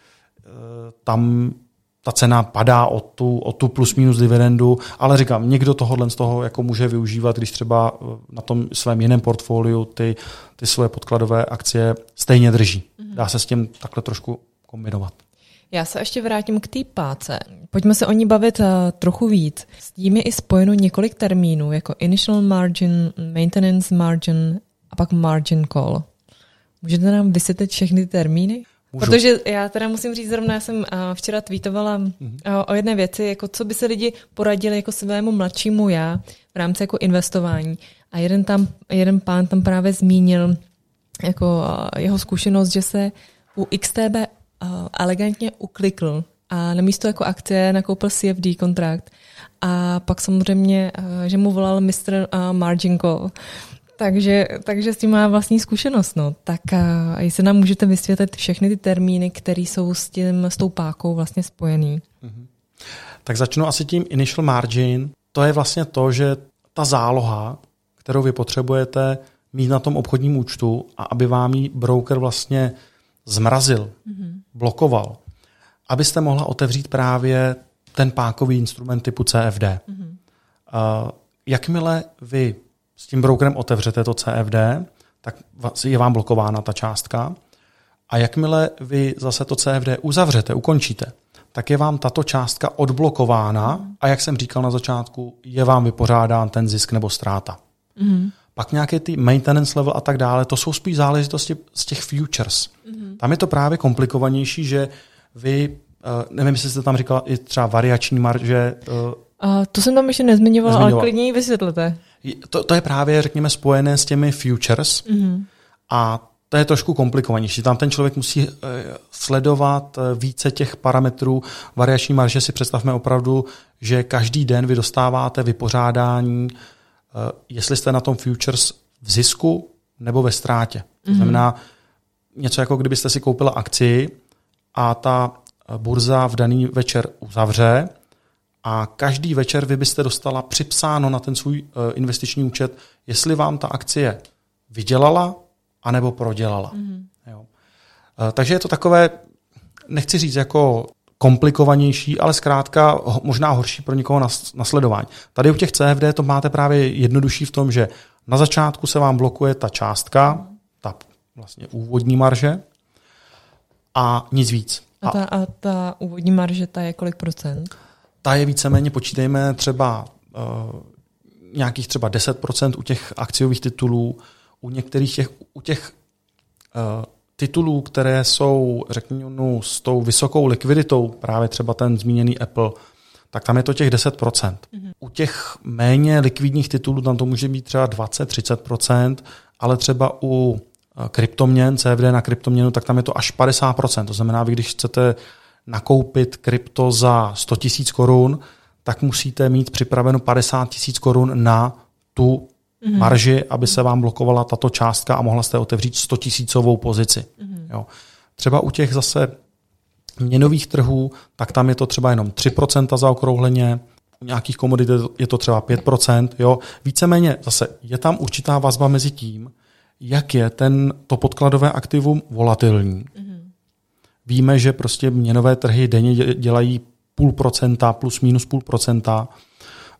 Speaker 2: tam ta cena padá o tu plus minus dividendu, ale říkám, někdo tohohle z toho jako může využívat, když třeba na tom svém jiném portfoliu ty svoje podkladové akcie stejně drží. Dá se s tím takhle trošku kombinovat.
Speaker 1: Já se ještě vrátím k té páce. Pojďme se o ní bavit trochu víc. S tím je i spojeno několik termínů, jako initial margin, maintenance margin a pak margin call. Můžete nám vysvětlit všechny ty termíny? Můžu. Protože já teda musím říct, zrovna já jsem včera tweetovala o jedné věci, jako co by se lidi poradili jako svému mladšímu já v rámci jako investování. A jeden pán tam právě zmínil jako jeho zkušenost, že se u XTB elegantně uklikl a namísto jako akcie nakoupil CFD kontrakt a pak samozřejmě, že mu volal Mr. Margin Call. Takže s tím má vlastní zkušenost. No. Tak jestli nám můžete vysvětlit všechny ty termíny, které jsou s tou pákou vlastně spojený.
Speaker 2: Tak začnu asi tím initial margin. To je vlastně to, že ta záloha, kterou vy potřebujete mít na tom obchodním účtu, a aby vám ji broker vlastně zmrazil, blokoval, abyste mohla otevřít právě ten pákový instrument typu CFD. Jakmile vy s tím brokerem otevřete to CFD, tak je vám blokována ta částka, a jakmile vy zase to CFD uzavřete, ukončíte, tak je vám tato částka odblokována a jak jsem říkal na začátku, je vám vypořádán ten zisk nebo ztráta. Pak nějaké ty maintenance level a tak dále, to jsou spíš záležitosti z těch futures. Tam je to právě komplikovanější, že vy, nevím, jestli jste tam říkala i třeba variační marže.
Speaker 1: To jsem tam ještě nezmiňovala, ale klidně ji vysvětlete.
Speaker 2: To je právě, řekněme, spojené s těmi futures a to je trošku komplikovanější. Tam ten člověk musí sledovat více těch parametrů. Variační marže si představme opravdu, že každý den vy dostáváte vypořádání, jestli jste na tom futures v zisku nebo ve ztrátě. To znamená něco, jako kdybyste si koupila akci a ta burza v daný večer uzavře a každý večer vy byste dostala připsáno na ten svůj investiční účet, jestli vám ta akcie vydělala anebo prodělala. Jo. Takže je to takové, nechci říct jako komplikovanější, ale zkrátka možná horší pro někoho na sledování. Tady u těch CFD to máte právě jednodušší v tom, že na začátku se vám blokuje ta částka, ta vlastně úvodní marže a nic víc.
Speaker 1: A ta úvodní marže, ta je kolik procent?
Speaker 2: Ta je víceméně, počítejme třeba nějakých třeba 10% u těch akciových titulů, u některých těch titulů, které jsou, řekněme, s tou vysokou likviditou, právě třeba ten zmíněný Apple, tak tam je to těch 10%. U těch méně likvidních titulů tam to může být třeba 20-30%, ale třeba u kryptoměn, CFD na kryptoměnu, tak tam je to až 50%. To znamená, vy když chcete nakoupit krypto za 100 000 korun, tak musíte mít připraveno 50 000 korun na tu marži, aby se vám blokovala tato částka a mohla jste otevřít 100 000 pozici. Jo. Třeba u těch zase měnových trhů, tak tam je to třeba jenom 3% zaokrouhleně, u nějakých komodit je to třeba 5%. Jo. Víceméně zase je tam určitá vazba mezi tím, jak je to podkladové aktivum volatilní. Víme, že prostě měnové trhy denně dělají 0,5%, plus minus 0,5%.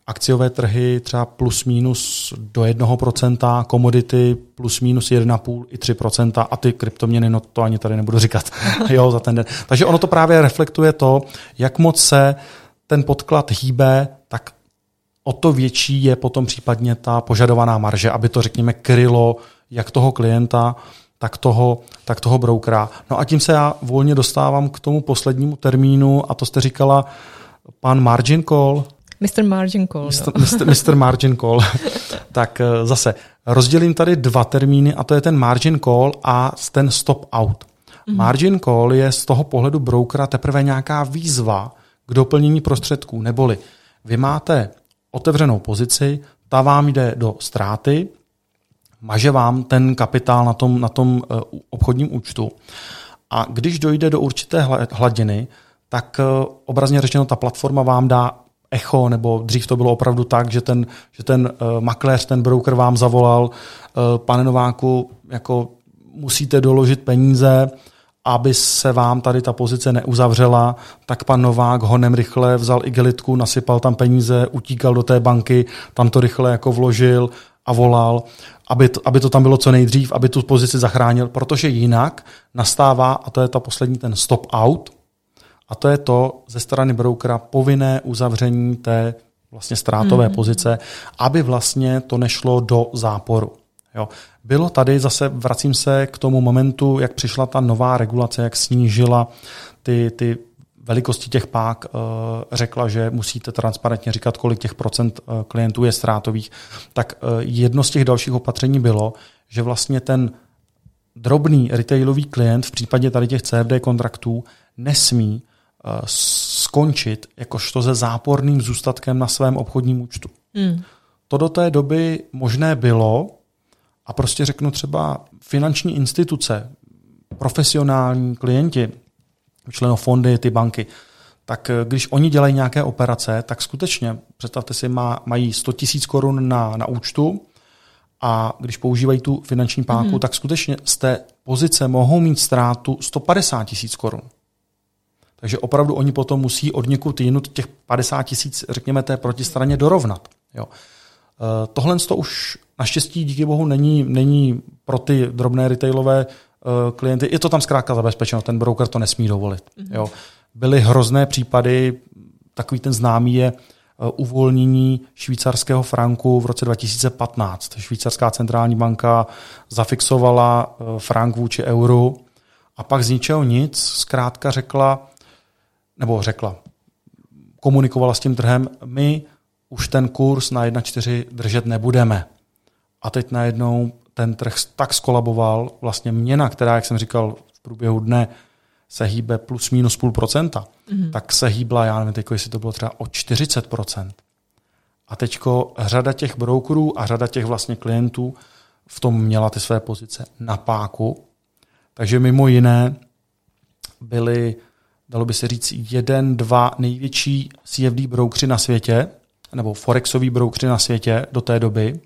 Speaker 2: akciové trhy třeba plus minus do 1%, komodity plus minus 1,5 i 3% a ty kryptoměny, no to ani tady nebudu říkat, jo, za ten den. Takže ono to právě reflektuje to, jak moc se ten podklad hýbe, tak o to větší je potom případně ta požadovaná marže, aby to, řekněme, krylo jak toho klienta, tak toho brokera. No a tím se já volně dostávám k tomu poslednímu termínu, a to jste říkala pan Margin Call.
Speaker 1: Mr. Margin Call.
Speaker 2: Mr. Margin Call. Tak zase rozdělím tady 2 termíny, a to je ten Margin Call a ten Stop Out. Margin Call je z toho pohledu brokera teprve nějaká výzva k doplnění prostředků, neboli vy máte otevřenou pozici, ta vám jde do ztráty, maže vám ten kapitál na tom obchodním účtu. A když dojde do určité hladiny, tak obrazně řečeno ta platforma vám dá echo, nebo dřív to bylo opravdu tak, že ten makléř, ten broker vám zavolal, pane Nováku, jako musíte doložit peníze, aby se vám tady ta pozice neuzavřela, tak pan Novák honem rychle vzal igelitku, nasypal tam peníze, utíkal do té banky, tam to rychle jako vložil a volal, aby to tam bylo co nejdřív, aby tu pozici zachránil, protože jinak nastává, a to je ta poslední, ten stop out, a to je to ze strany brokera povinné uzavření té vlastně ztrátové pozice, aby vlastně to nešlo do záporu. Jo. Bylo tady, zase vracím se k tomu momentu, jak přišla ta nová regulace, jak snížila ty velikosti těch pák, řekla, že musíte transparentně říkat, kolik těch procent klientů je ztrátových, tak jedno z těch dalších opatření bylo, že vlastně ten drobný retailový klient v případě tady těch CFD kontraktů nesmí skončit jakožto se záporným zůstatkem na svém obchodním účtu. To do té doby možné bylo, a prostě řeknu třeba finanční instituce, profesionální klienti, členofondy, ty banky, tak když oni dělají nějaké operace, tak skutečně, představte si, mají 100 000 korun na účtu, a když používají tu finanční páku, tak skutečně z té pozice mohou mít ztrátu 150 000 korun. Takže opravdu oni potom musí od někud jinut těch 50 000, řekněme, té protistraně dorovnat. Jo. Tohle to už naštěstí díky bohu není pro ty drobné retailové klienty. Je to tam zkrátka zabezpečeno, ten broker to nesmí dovolit. Jo. Byly hrozné případy, takový ten známý je uvolnění švýcarského franku v roce 2015. Švýcarská centrální banka zafixovala frank vůči euru a pak z ničeho nic zkrátka komunikovala s tím trhem, my už ten kurz na 1,4 držet nebudeme. A teď najednou ten trh tak skolaboval, vlastně měna, která, jak jsem říkal, v průběhu dne se hýbe plus minus 0,5%, tak se hýbla, já nevím, jestli to bylo třeba o 40%. A teďko řada těch brokerů a řada těch vlastně klientů v tom měla ty své pozice na páku. Takže mimo jiné byly, dalo by se říct, 1-2 největší CFD brokeři na světě, nebo forexoví brokeři na světě do té doby.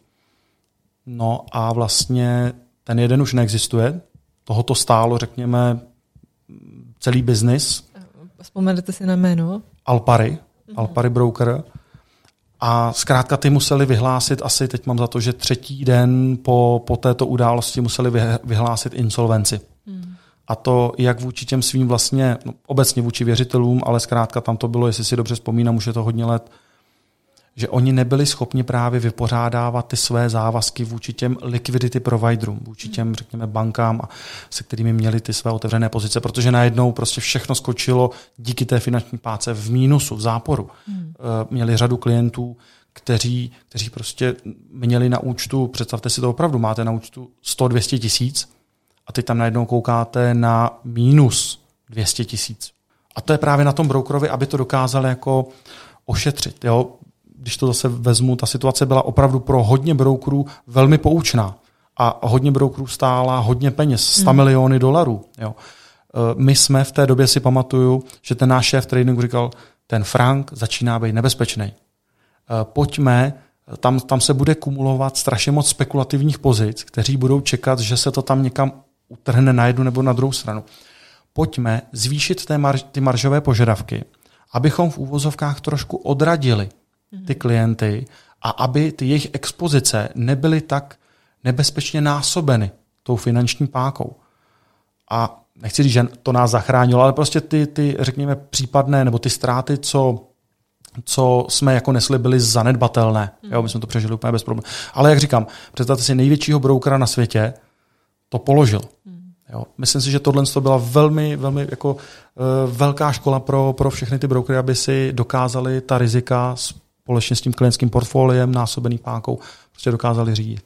Speaker 2: No a vlastně ten jeden už neexistuje. Tohoto stálo, řekněme, celý biznis.
Speaker 1: Vzpomenete si na jméno?
Speaker 2: Alpari broker. A zkrátka ty museli vyhlásit asi, teď mám za to, že 3. den po této události museli vyhlásit insolvenci. A to jak vůči těm svým vlastně, obecně vůči věřitelům, ale zkrátka tam to bylo, jestli si dobře vzpomínám, už je to hodně let, že oni nebyli schopni právě vypořádávat ty své závazky vůči těm liquidity providerům, vůči těm, řekněme, bankám, se kterými měli ty své otevřené pozice, protože najednou prostě všechno skočilo díky té finanční páce v mínusu, v záporu. Měli řadu klientů, kteří prostě měli na účtu, představte si to opravdu, máte na účtu 100-200 tisíc a teď tam najednou koukáte na minus 200 tisíc. A to je právě na tom brokerovi, aby to dokázali jako ošetřit. Jo? Když to zase vezmu, ta situace byla opravdu pro hodně brokerů velmi poučná a hodně brokerů stála hodně peněz, 100 miliony dolarů. Jo. My jsme v té době, si pamatuju, že ten náš šéf tradingu říkal, ten frank začíná být nebezpečný. Pojďme, tam se bude kumulovat strašně moc spekulativních pozic, kteří budou čekat, že se to tam někam utrhne na jednu nebo na druhou stranu. Pojďme zvýšit ty maržové požadavky, abychom v úvozovkách trošku odradili ty klienty a aby ty jejich expozice nebyly tak nebezpečně násobeny tou finanční pákou. A nechci říct, že to nás zachránilo, ale prostě ty řekněme, případné nebo ty ztráty, co jsme jako nesli, byly zanedbatelné. Jo, my jsme to přežili úplně bez problémů. Ale jak říkám, představte si největšího broukera na světě, to položil. Jo, myslím si, že tohle byla velmi, velmi jako, velká škola pro všechny ty brokery, aby si dokázali ta rizika společně s tím klientským portfoliem, násobený pákou, prostě dokázali řídit.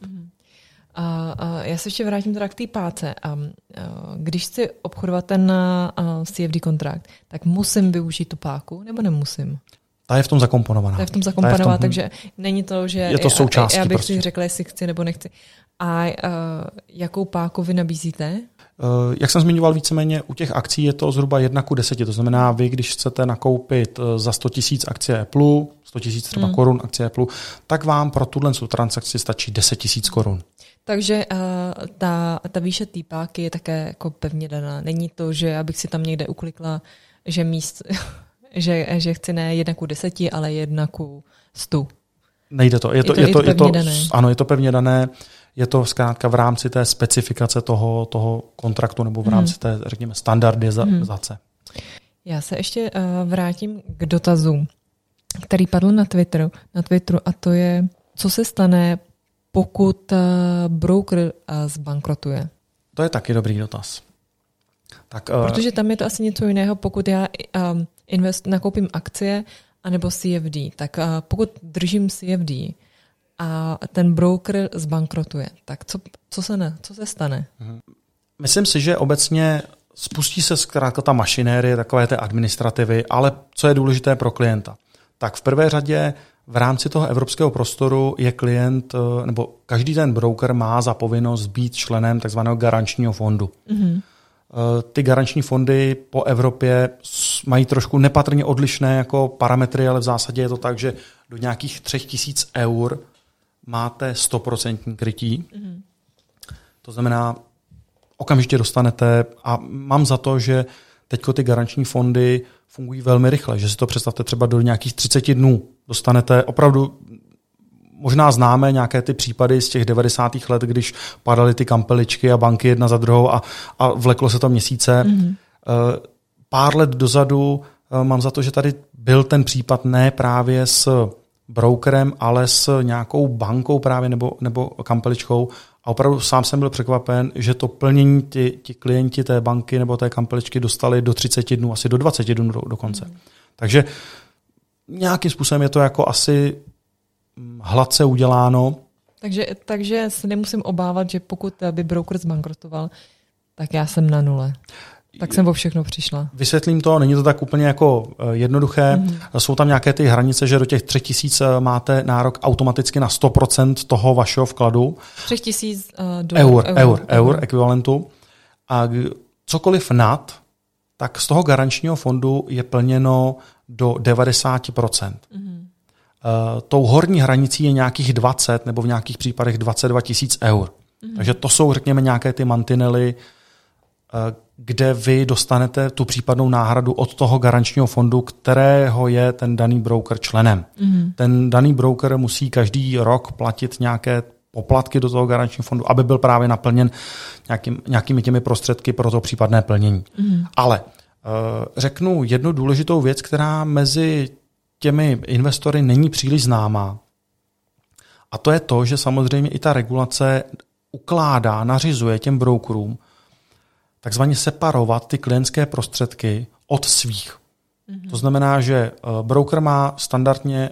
Speaker 1: A já se ještě vrátím teda k té páce. Když chci obchodovat ten CFD kontrakt, tak musím využít tu páku, nebo nemusím?
Speaker 2: Ta je v tom zakomponovaná.
Speaker 1: Takže není to, že
Speaker 2: je to součástí
Speaker 1: já bych
Speaker 2: prostě
Speaker 1: si řekla, jestli chci nebo nechci. A jakou páku vy nabízíte?
Speaker 2: Jak jsem zmiňoval víceméně, u těch akcí je to zhruba 1:10. To znamená, vy, když chcete nakoupit za 100 000 akcie Apple, 100 000 třeba korun akcie Apple, tak vám pro tuhle transakci stačí 10 000 korun.
Speaker 1: Takže ta výše té páky je také jako pevně daná. Není to, že abych si tam někde uklikla, že že chci ne 1:10, ale 1:100.
Speaker 2: Nejde to. Je to dané. Ano, je to pevně dané. Je to zkrátka v rámci té specifikace toho kontraktu nebo v rámci té, řekněme, standardizace.
Speaker 1: Já se ještě vrátím k dotazu, který padl na Twitteru, a to je, co se stane, pokud broker zbankrotuje.
Speaker 2: To je taky dobrý dotaz. Tak,
Speaker 1: protože tam je to asi něco jiného, pokud já nakoupím akcie anebo CFD. Tak pokud držím CFD a ten broker zbankrotuje, tak co se stane?
Speaker 2: Myslím si, že obecně spustí se zkrátka ta mašinérie, takové té administrativy, ale co je důležité pro klienta? Tak v prvé řadě v rámci toho evropského prostoru je klient, nebo každý ten broker má za povinnost být členem takzvaného garančního fondu. Ty garanční fondy po Evropě mají trošku nepatrně odlišné jako parametry, ale v zásadě je to tak, že do nějakých 3 000 eur máte 100% krytí. To znamená, okamžitě dostanete, a mám za to, že teďko ty garanční fondy fungují velmi rychle, že si to představte třeba do nějakých 30 dnů. Dostanete opravdu, možná známe nějaké ty případy z těch 90. let, když padaly ty kampeličky a banky jedna za druhou a vleklo se to měsíce. Pár let dozadu mám za to, že tady byl ten případ ne právě s brokerem, ale s nějakou bankou právě nebo kampeličkou. A opravdu sám jsem byl překvapen, že to plnění ti klienti té banky nebo té kampeličky dostali do 30 dnů, asi do 20 dnů dokonce. Takže nějakým způsobem je to jako asi hladce uděláno.
Speaker 1: Takže se nemusím obávat, že pokud by broker zbankrotoval, tak já jsem na nule. Tak jsem o všechno přišla.
Speaker 2: Vysvětlím to, není to tak úplně jako jednoduché. Jsou tam nějaké ty hranice, že do těch 3 000 máte nárok automaticky na 100% toho vašeho vkladu.
Speaker 1: 3 000
Speaker 2: eur ekvivalentu. A cokoliv nad, tak z toho garančního fondu je plněno do 90%. Tou horní hranicí je nějakých 20 nebo v nějakých případech 22 000 eur. Takže to jsou, řekněme, nějaké ty mantinely, kde vy dostanete tu případnou náhradu od toho garančního fondu, kterého je ten daný broker členem. Ten daný broker musí každý rok platit nějaké poplatky do toho garančního fondu, aby byl právě naplněn nějakými těmi prostředky pro to případné plnění. Ale řeknu jednu důležitou věc, která mezi těmi investory není příliš známá. A to je to, že samozřejmě i ta regulace nařizuje těm brokerům takzvaně separovat ty klientské prostředky od svých. To znamená, že broker má standardně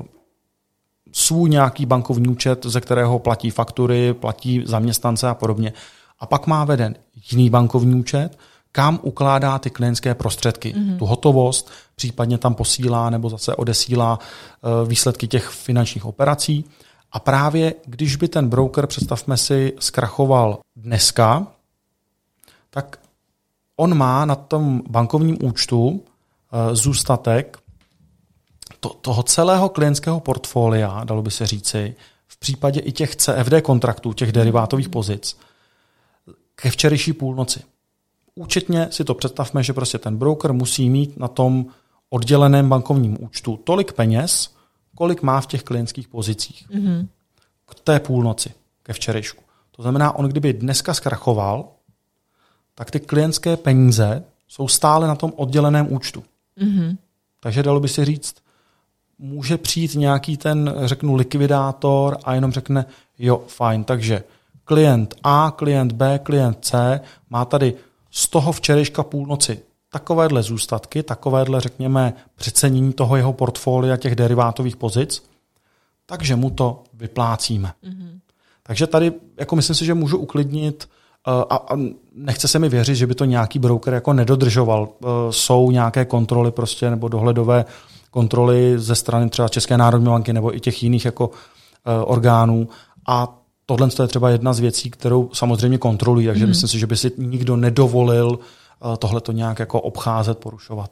Speaker 2: svůj nějaký bankovní účet, ze kterého platí faktury, platí zaměstnance a podobně. A pak má veden jiný bankovní účet, kam ukládá ty klientské prostředky. Tu hotovost, případně tam posílá nebo zase odesílá výsledky těch finančních operací. A právě když by ten broker, představme si, zkrachoval dneska, tak on má na tom bankovním účtu zůstatek toho celého klientského portfolia, dalo by se říci, v případě i těch CFD kontraktů, těch derivátových pozic, ke včerejší půlnoci. Účetně si to představme, že prostě ten broker musí mít na tom odděleném bankovním účtu tolik peněz, kolik má v těch klientských pozicích. K té půlnoci, ke včerejšku. To znamená, on kdyby dneska zkrachoval, tak ty klientské peníze jsou stále na tom odděleném účtu. Takže dalo by se říct, může přijít nějaký ten, řeknu, likvidátor a jenom řekne, jo, fajn, takže klient A, klient B, klient C má tady z toho včerejška půlnoci takovéhle zůstatky, takovéhle, řekněme, přecenění toho jeho portfolia těch derivátových pozic, takže mu to vyplácíme. Takže tady jako myslím si, že můžu uklidnit a nechce se mi věřit, že by to nějaký broker jako nedodržoval. Jsou nějaké kontroly prostě nebo dohledové kontroly ze strany třeba České národní banky nebo i těch jiných jako orgánů a tohle je třeba jedna z věcí, kterou samozřejmě kontrolují, takže myslím si, že by si nikdo nedovolil tohleto nějak jako obcházet, porušovat.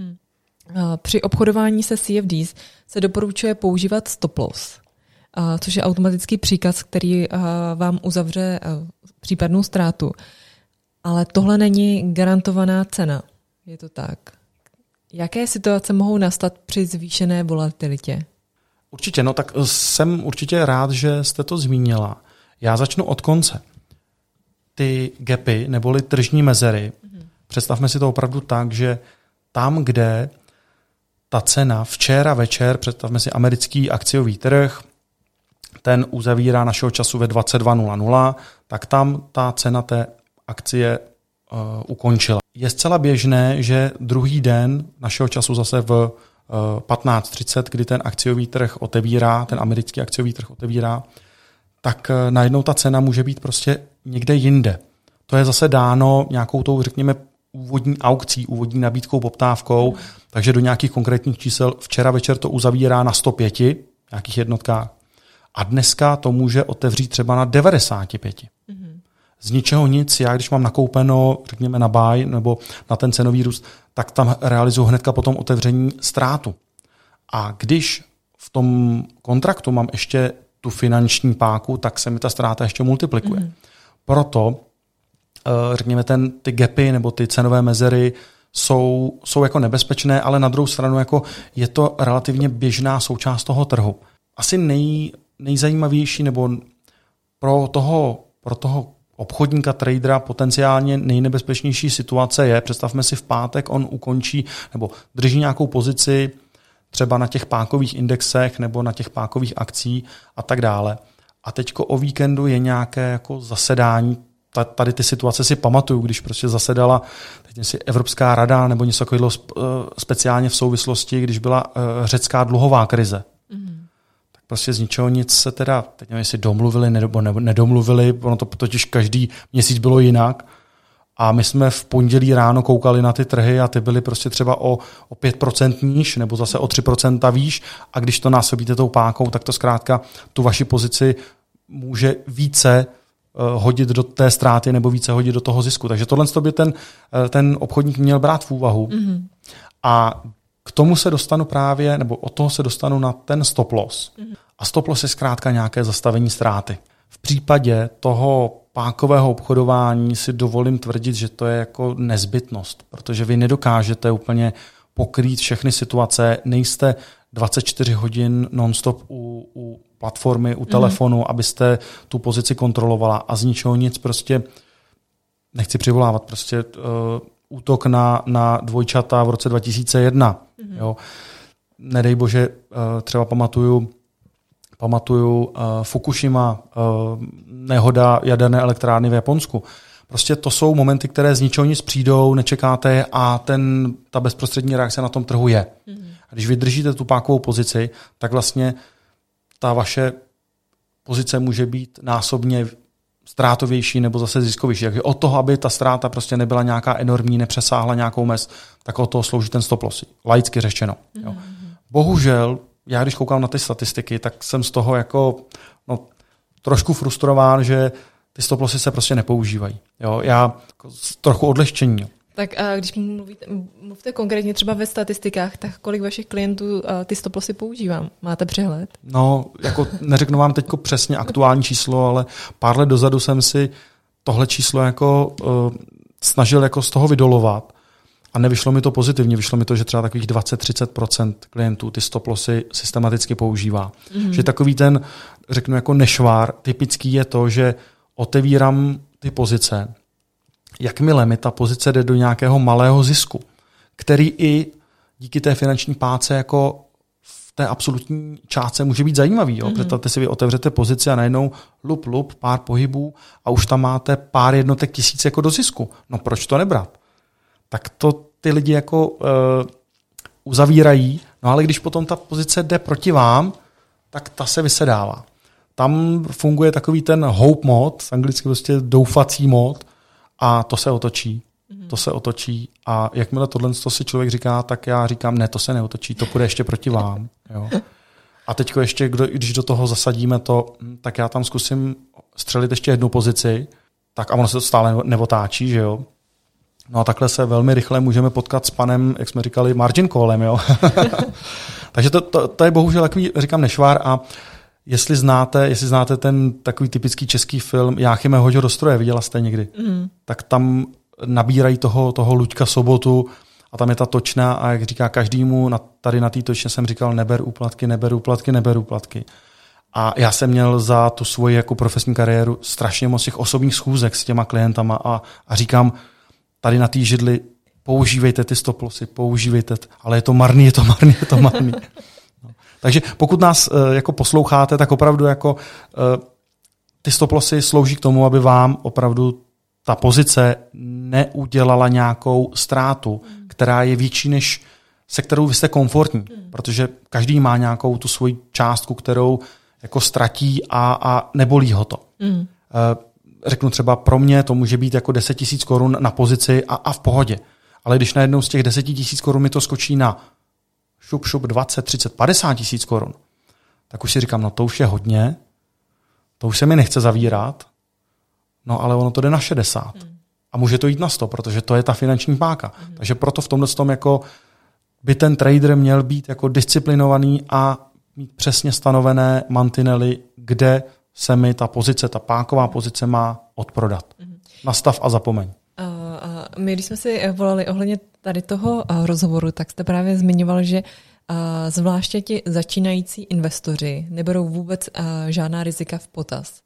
Speaker 1: Při obchodování se CFDs se doporučuje používat stop loss, což je automatický příkaz, který vám uzavře případnou ztrátu. Ale tohle není garantovaná cena. Je to tak. Jaké situace mohou nastat při zvýšené volatilitě?
Speaker 2: Určitě, no tak jsem určitě rád, že jste to zmínila. Já začnu od konce. Ty gapy, neboli tržní mezery, představme si to opravdu tak, že tam, kde ta cena včera večer, představme si americký akciový trh, ten uzavírá našeho času ve 22:00, tak tam ta cena té akcie ukončila. Je zcela běžné, že druhý den našeho času zase v 15:30, kdy ten akciový trh otevírá, ten americký akciový trh otevírá, tak najednou ta cena může být prostě někde jinde. To je zase dáno nějakou tou, řekněme, úvodní aukcí, úvodní nabídkou, poptávkou, takže do nějakých konkrétních čísel včera večer to uzavírá na 105, nějakých jednotkách, a dneska to může otevřít třeba na 95. Z ničeho nic, já když mám nakoupeno, řekněme na buy nebo na ten cenový růst, tak tam realizuju hnedka po tom otevření ztrátu. A když v tom kontraktu mám ještě tu finanční páku, tak se mi ta ztráta ještě multiplikuje. Proto, řekněme, ty gapy nebo ty cenové mezery jsou jako nebezpečné, ale na druhou stranu jako je to relativně běžná součást toho trhu. Asi nejzajímavější nebo pro toho obchodníka, tradera potenciálně nejnebezpečnější situace je, představme si v pátek, on ukončí nebo drží nějakou pozici třeba na těch pákových indexech nebo na těch pákových akcí a tak dále. A teďko o víkendu je nějaké jako zasedání, tady ty situace si pamatuju, když prostě zasedala teď si Evropská rada nebo něco takového speciálně v souvislosti, když byla řecká dluhová krize. Tak prostě z ničeho nic se teda, teď nevím, jestli domluvili nebo nedomluvili, ono to totiž každý měsíc bylo jinak. A my jsme v pondělí ráno koukali na ty trhy a ty byly prostě třeba o 5% níž nebo zase o 3% výš a když to násobíte tou pákou, tak to zkrátka tu vaši pozici může více hodit do té ztráty nebo více hodit do toho zisku. Takže tohle by ten obchodník měl brát v úvahu. A k tomu se dostanu právě, nebo od toho se dostanu na ten stop loss. A stop loss je zkrátka nějaké zastavení ztráty. V případě toho pákového obchodování si dovolím tvrdit, že to je jako nezbytnost, protože vy nedokážete úplně pokrýt všechny situace, nejste 24 hodin non-stop u platformy, u telefonu, abyste tu pozici kontrolovala a z ničeho nic prostě nechci přivolávat, prostě útok na dvojčata v roce 2001. Jo. Nedej bože, třeba pamatuju Fukushima, nehoda jaderné elektrárny v Japonsku. Prostě to jsou momenty, které z ničeho nic přijdou, nečekáte a ta bezprostřední reakce na tom trhu je. A když vy držíte tu pákovou pozici, tak vlastně ta vaše pozice může být násobně ztrátovější nebo zase ziskovější. Takže od toho, aby ta ztráta prostě nebyla nějaká enormní, nepřesáhla nějakou mez, tak od toho slouží ten stop loss. Laicky řečeno. Jo. Bohužel, já když koukám na ty statistiky, tak jsem z toho jako trošku frustrován, že ty stop lossy se prostě nepoužívají. Jo, já trochu odlehčení.
Speaker 1: Tak a když mluvte konkrétně třeba ve statistikách, tak kolik vašich klientů ty stop lossy používá? Máte přehled?
Speaker 2: No, jako neřeknu vám teď přesně aktuální číslo, ale pár let dozadu jsem si tohle číslo jako snažil jako z toho vydolovat. A nevyšlo mi to pozitivně, vyšlo mi to, že třeba takových 20-30% klientů ty stop lossy systematicky používá. Že takový ten, řeknu jako nešvár, typický je to, že otevírám ty pozice, jakmile mi ta pozice jde do nějakého malého zisku, který i díky té finanční páce jako v té absolutní částce může být zajímavý. Jo? Představte si, vy otevřete pozici a najednou lup, pár pohybů a už tam máte pár jednotek tisíc jako do zisku. No proč to nebrat? Tak to ty lidi jako uzavírají, no ale když potom ta pozice jde proti vám, tak ta se vysedává. Tam funguje takový ten hope mod, anglicky prostě doufací mod, a to se otočí. To se otočí a jakmile tohle si člověk říká, tak já říkám, ne, to se neotočí, to půjde ještě proti vám. Jo. A teď ještě, když do toho zasadíme to, tak já tam zkusím střelit ještě jednu pozici, tak a ono se to stále neotáčí, že jo. No a takhle se velmi rychle můžeme potkat s panem, jak jsme říkali, margin callem, jo. Takže to je bohužel takový, říkám, nešvár a jestli znáte ten takový typický český film Jáchyme hoď ho do stroje, viděla jste někdy? Tak tam nabírají toho Luďka Sobotu a tam je ta točna a jak říká každému, tady na té točně jsem říkal neber úplatky. A já jsem měl za tu svoji jako profesní kariéru strašně moc těch osobních schůzek s těma klientama a říkám, tady na té židli používejte ty stop lossy, ale je to marný. No. Takže pokud nás jako posloucháte, tak opravdu jako ty stop lossy slouží k tomu, aby vám opravdu ta pozice neudělala nějakou ztrátu, která je větší, než se kterou vy jste komfortní, protože každý má nějakou tu svoji částku, kterou jako ztratí a nebolí ho to. Řeknu třeba pro mě, to může být jako 10 000 korun na pozici a v pohodě. Ale když najednou z těch 10 000 korun mi to skočí na šup 20, 30, 50 000 korun, tak už si říkám, no to už je hodně, to už se mi nechce zavírat, no ale ono to jde na 60. A může to jít na 100, protože to je ta finanční páka. Takže proto v tomhle tom jako by ten trader měl být jako disciplinovaný a mít přesně stanovené mantinely, kde se mi ta pozice, ta páková pozice má odprodat. Nastav a zapomeň.
Speaker 1: My, když jsme si volali ohledně tady toho rozhovoru, tak jste právě zmiňoval, že zvláště ti začínající investoři neberou vůbec žádná rizika v potaz.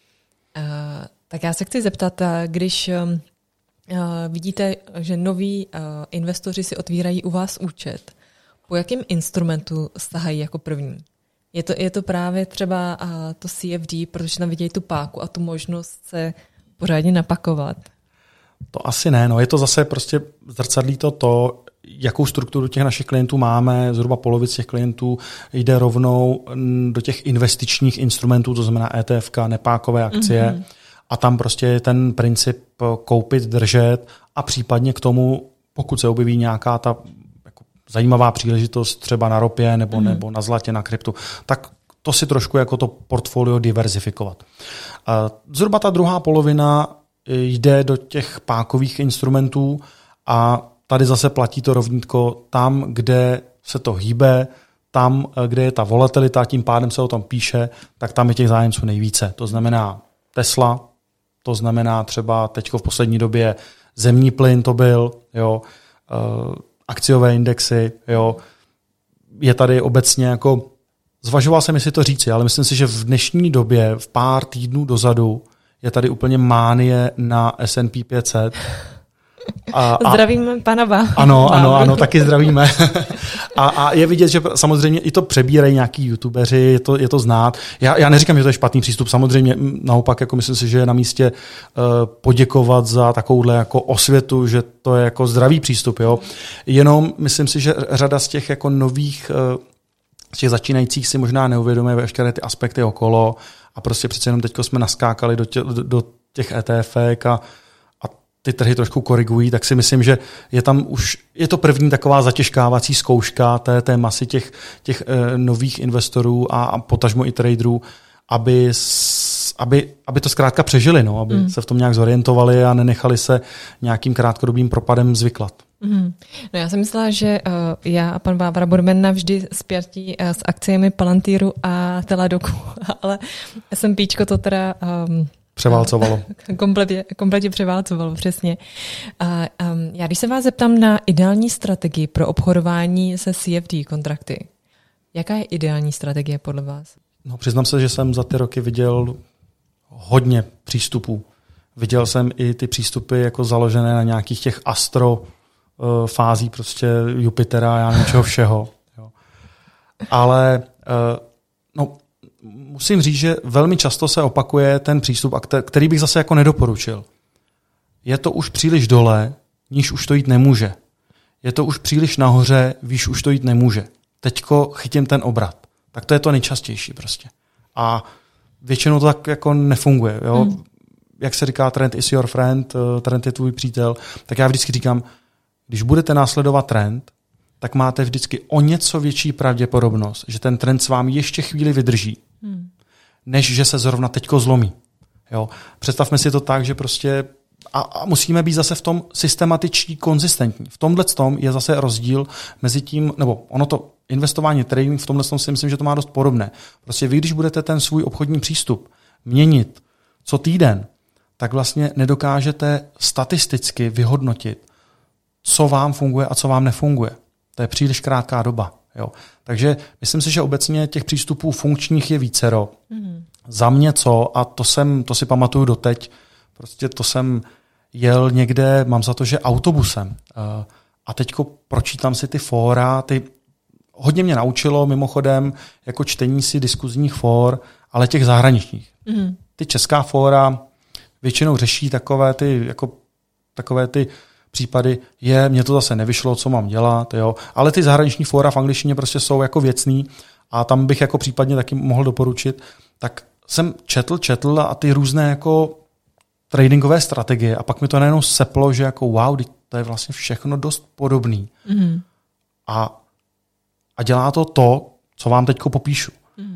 Speaker 1: Tak já se chci zeptat, když vidíte, že noví investoři si otvírají u vás účet, po jakém instrumentu sahají jako první? Je to právě třeba to CFD, protože tam vidějí tu páku a tu možnost se pořádně napakovat?
Speaker 2: To asi ne, no je to zase prostě zrcadlí to, jakou strukturu těch našich klientů máme, zhruba polovice těch klientů jde rovnou do těch investičních instrumentů, to znamená ETF, nepákové akcie, a tam prostě je ten princip koupit, držet a případně k tomu, pokud se objeví nějaká ta jako zajímavá příležitost třeba na ropě nebo na zlatě, na kryptu, tak to si trošku jako to portfolio diverzifikovat. Zhruba ta druhá polovina jde do těch pákových instrumentů a tady zase platí to rovnítko tam, kde se to hýbe, tam, kde je ta volatilita, tím pádem se o tom píše, tak tam je těch zájemců nejvíce. To znamená Tesla, to znamená třeba teďko v poslední době zemní plyn to byl, jo, akciové indexy, jo. Je tady obecně jako, zvažoval jsem, jestli to říci, ale myslím si, že v dnešní době, v pár týdnů dozadu, je tady úplně mánie na S&P 500.
Speaker 1: Zdravíme pana Báhu.
Speaker 2: Ano, taky zdravíme. A je vidět, že samozřejmě i to přebírají nějaký youtubeři, je to znát. Já neříkám, že to je špatný přístup, samozřejmě naopak jako myslím si, že je na místě poděkovat za takovouhle jako osvětu, že to je jako zdravý přístup. Jo. Jenom myslím si, že řada z těch jako nových, z těch začínajících si možná neuvědomuje veškeré ty aspekty okolo a prostě přece jenom teďko jsme naskákali do těch ETFek a ty trhy trošku korigují, tak si myslím, že je to první taková zatěžkávací zkouška té masy těch nových investorů a potažmo i traderů, aby to zkrátka přežili, no, aby se v tom nějak zorientovali a nenechali se nějakým krátkodobým propadem zvyklat.
Speaker 1: No já jsem myslela, že já a pan Vávra budeme navždy spjatí s akciemi Palantíru a Teladoku, ale S&Pčko to teda
Speaker 2: převálcovalo.
Speaker 1: Kompletně převálcovalo, přesně. Já když se vás zeptám na ideální strategii pro obchodování se CFD kontrakty, jaká je ideální strategie podle vás?
Speaker 2: No, přiznám se, že jsem za ty roky viděl hodně přístupů. Viděl jsem i ty přístupy jako založené na nějakých těch astrofází prostě Jupitera, já nevím čeho všeho. Jo. Ale musím říct, že velmi často se opakuje ten přístup, který bych zase jako nedoporučil. Je to už příliš dole, níž už to jít nemůže. Je to už příliš nahoře, výš už to jít nemůže. Teďko chytím ten obrat. Tak to je to nejčastější prostě. A většinou to tak jako nefunguje. Jo? Jak se říká, trend is your friend, trend je tvůj přítel, tak já vždycky říkám, když budete následovat trend, tak máte vždycky o něco větší pravděpodobnost, že ten trend s vámi ještě chvíli vydrží, než že se zrovna teďko zlomí. Jo? Představme si to tak, že prostě a musíme být zase v tom systematičtí, konzistentní. V tomhle je zase rozdíl mezi tím, nebo ono to investování, trading, v tomhle si myslím, že to má dost podobné. Prostě vy, když budete ten svůj obchodní přístup měnit co týden, tak vlastně nedokážete statisticky vyhodnotit, co vám funguje a co vám nefunguje. To je příliš krátká doba. Jo. Takže myslím si, že obecně těch přístupů funkčních je vícero. Za mě a to si pamatuju doteď, prostě to jsem jel někde, mám za to, že autobusem. A teďko pročítám si ty fóra, hodně mě naučilo mimochodem jako čtení si diskuzních fór, ale těch zahraničních. Ty česká fóra většinou řeší takové ty případy, mně to zase nevyšlo, co mám dělat, jo. Ale ty zahraniční fóra v angličtině prostě jsou jako věcný a tam bych jako případně taky mohl doporučit. Tak jsem četl a ty různé jako tradingové strategie a pak mi to najednou seplo, že jako wow, to je vlastně všechno dost podobný. A dělá to, co vám teďko popíšu.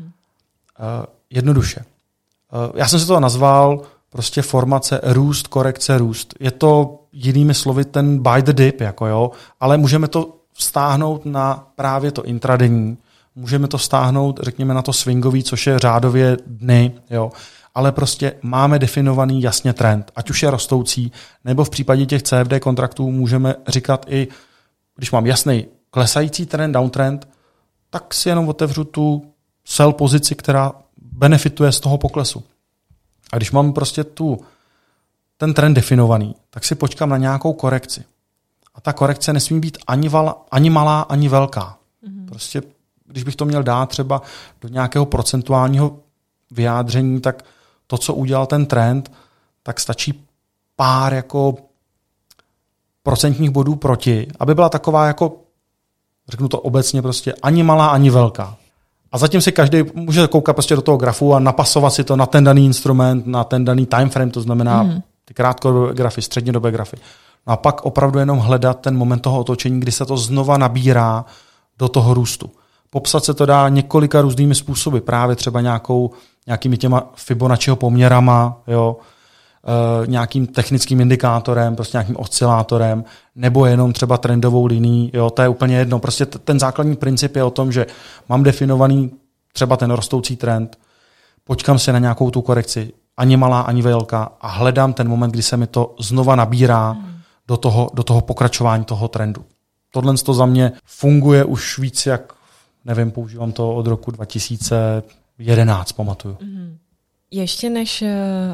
Speaker 2: Jednoduše. Já jsem si to nazval prostě formace růst, korekce, růst. Je to jinými slovy ten buy the dip, jako jo, ale můžeme to vztáhnout na právě to intradenní, můžeme to vztáhnout, řekněme, na to swingový, což je řádově dny, jo. Ale prostě máme definovaný jasně trend, ať už je rostoucí, nebo v případě těch CFD kontraktů můžeme říkat i, když mám jasný klesající trend, downtrend, tak si jenom otevřu tu sell pozici, která benefituje z toho poklesu. A když mám prostě ten trend definovaný, tak si počkám na nějakou korekci. A ta korekce nesmí být ani malá, ani velká. Prostě, když bych to měl dát třeba do nějakého procentuálního vyjádření, tak to, co udělal ten trend, tak stačí pár jako procentních bodů proti, aby byla taková jako, řeknu to obecně prostě, ani malá, ani velká. A zatím si každý může koukat prostě do toho grafu a napasovat si to na ten daný instrument, na ten daný time frame, to znamená ty krátkodobé grafy, střednědobé grafy. No a pak opravdu jenom hledat ten moment toho otočení, kdy se to znova nabírá do toho růstu. Popsat se to dá několika různými způsoby, právě třeba nějakými těma Fibonacciho poměrama, jo, nějakým technickým indikátorem, prostě nějakým oscilátorem, nebo jenom třeba trendovou linií, jo, to je úplně jedno. Prostě ten základní princip je o tom, že mám definovaný třeba ten rostoucí trend, počkám se na nějakou tu korekci, ani malá, ani velká, a hledám ten moment, kdy se mi to znova nabírá do toho pokračování toho trendu. Tohle to za mě funguje už víc jak, nevím, používám to od roku 2011, pamatuju.
Speaker 1: Ještě než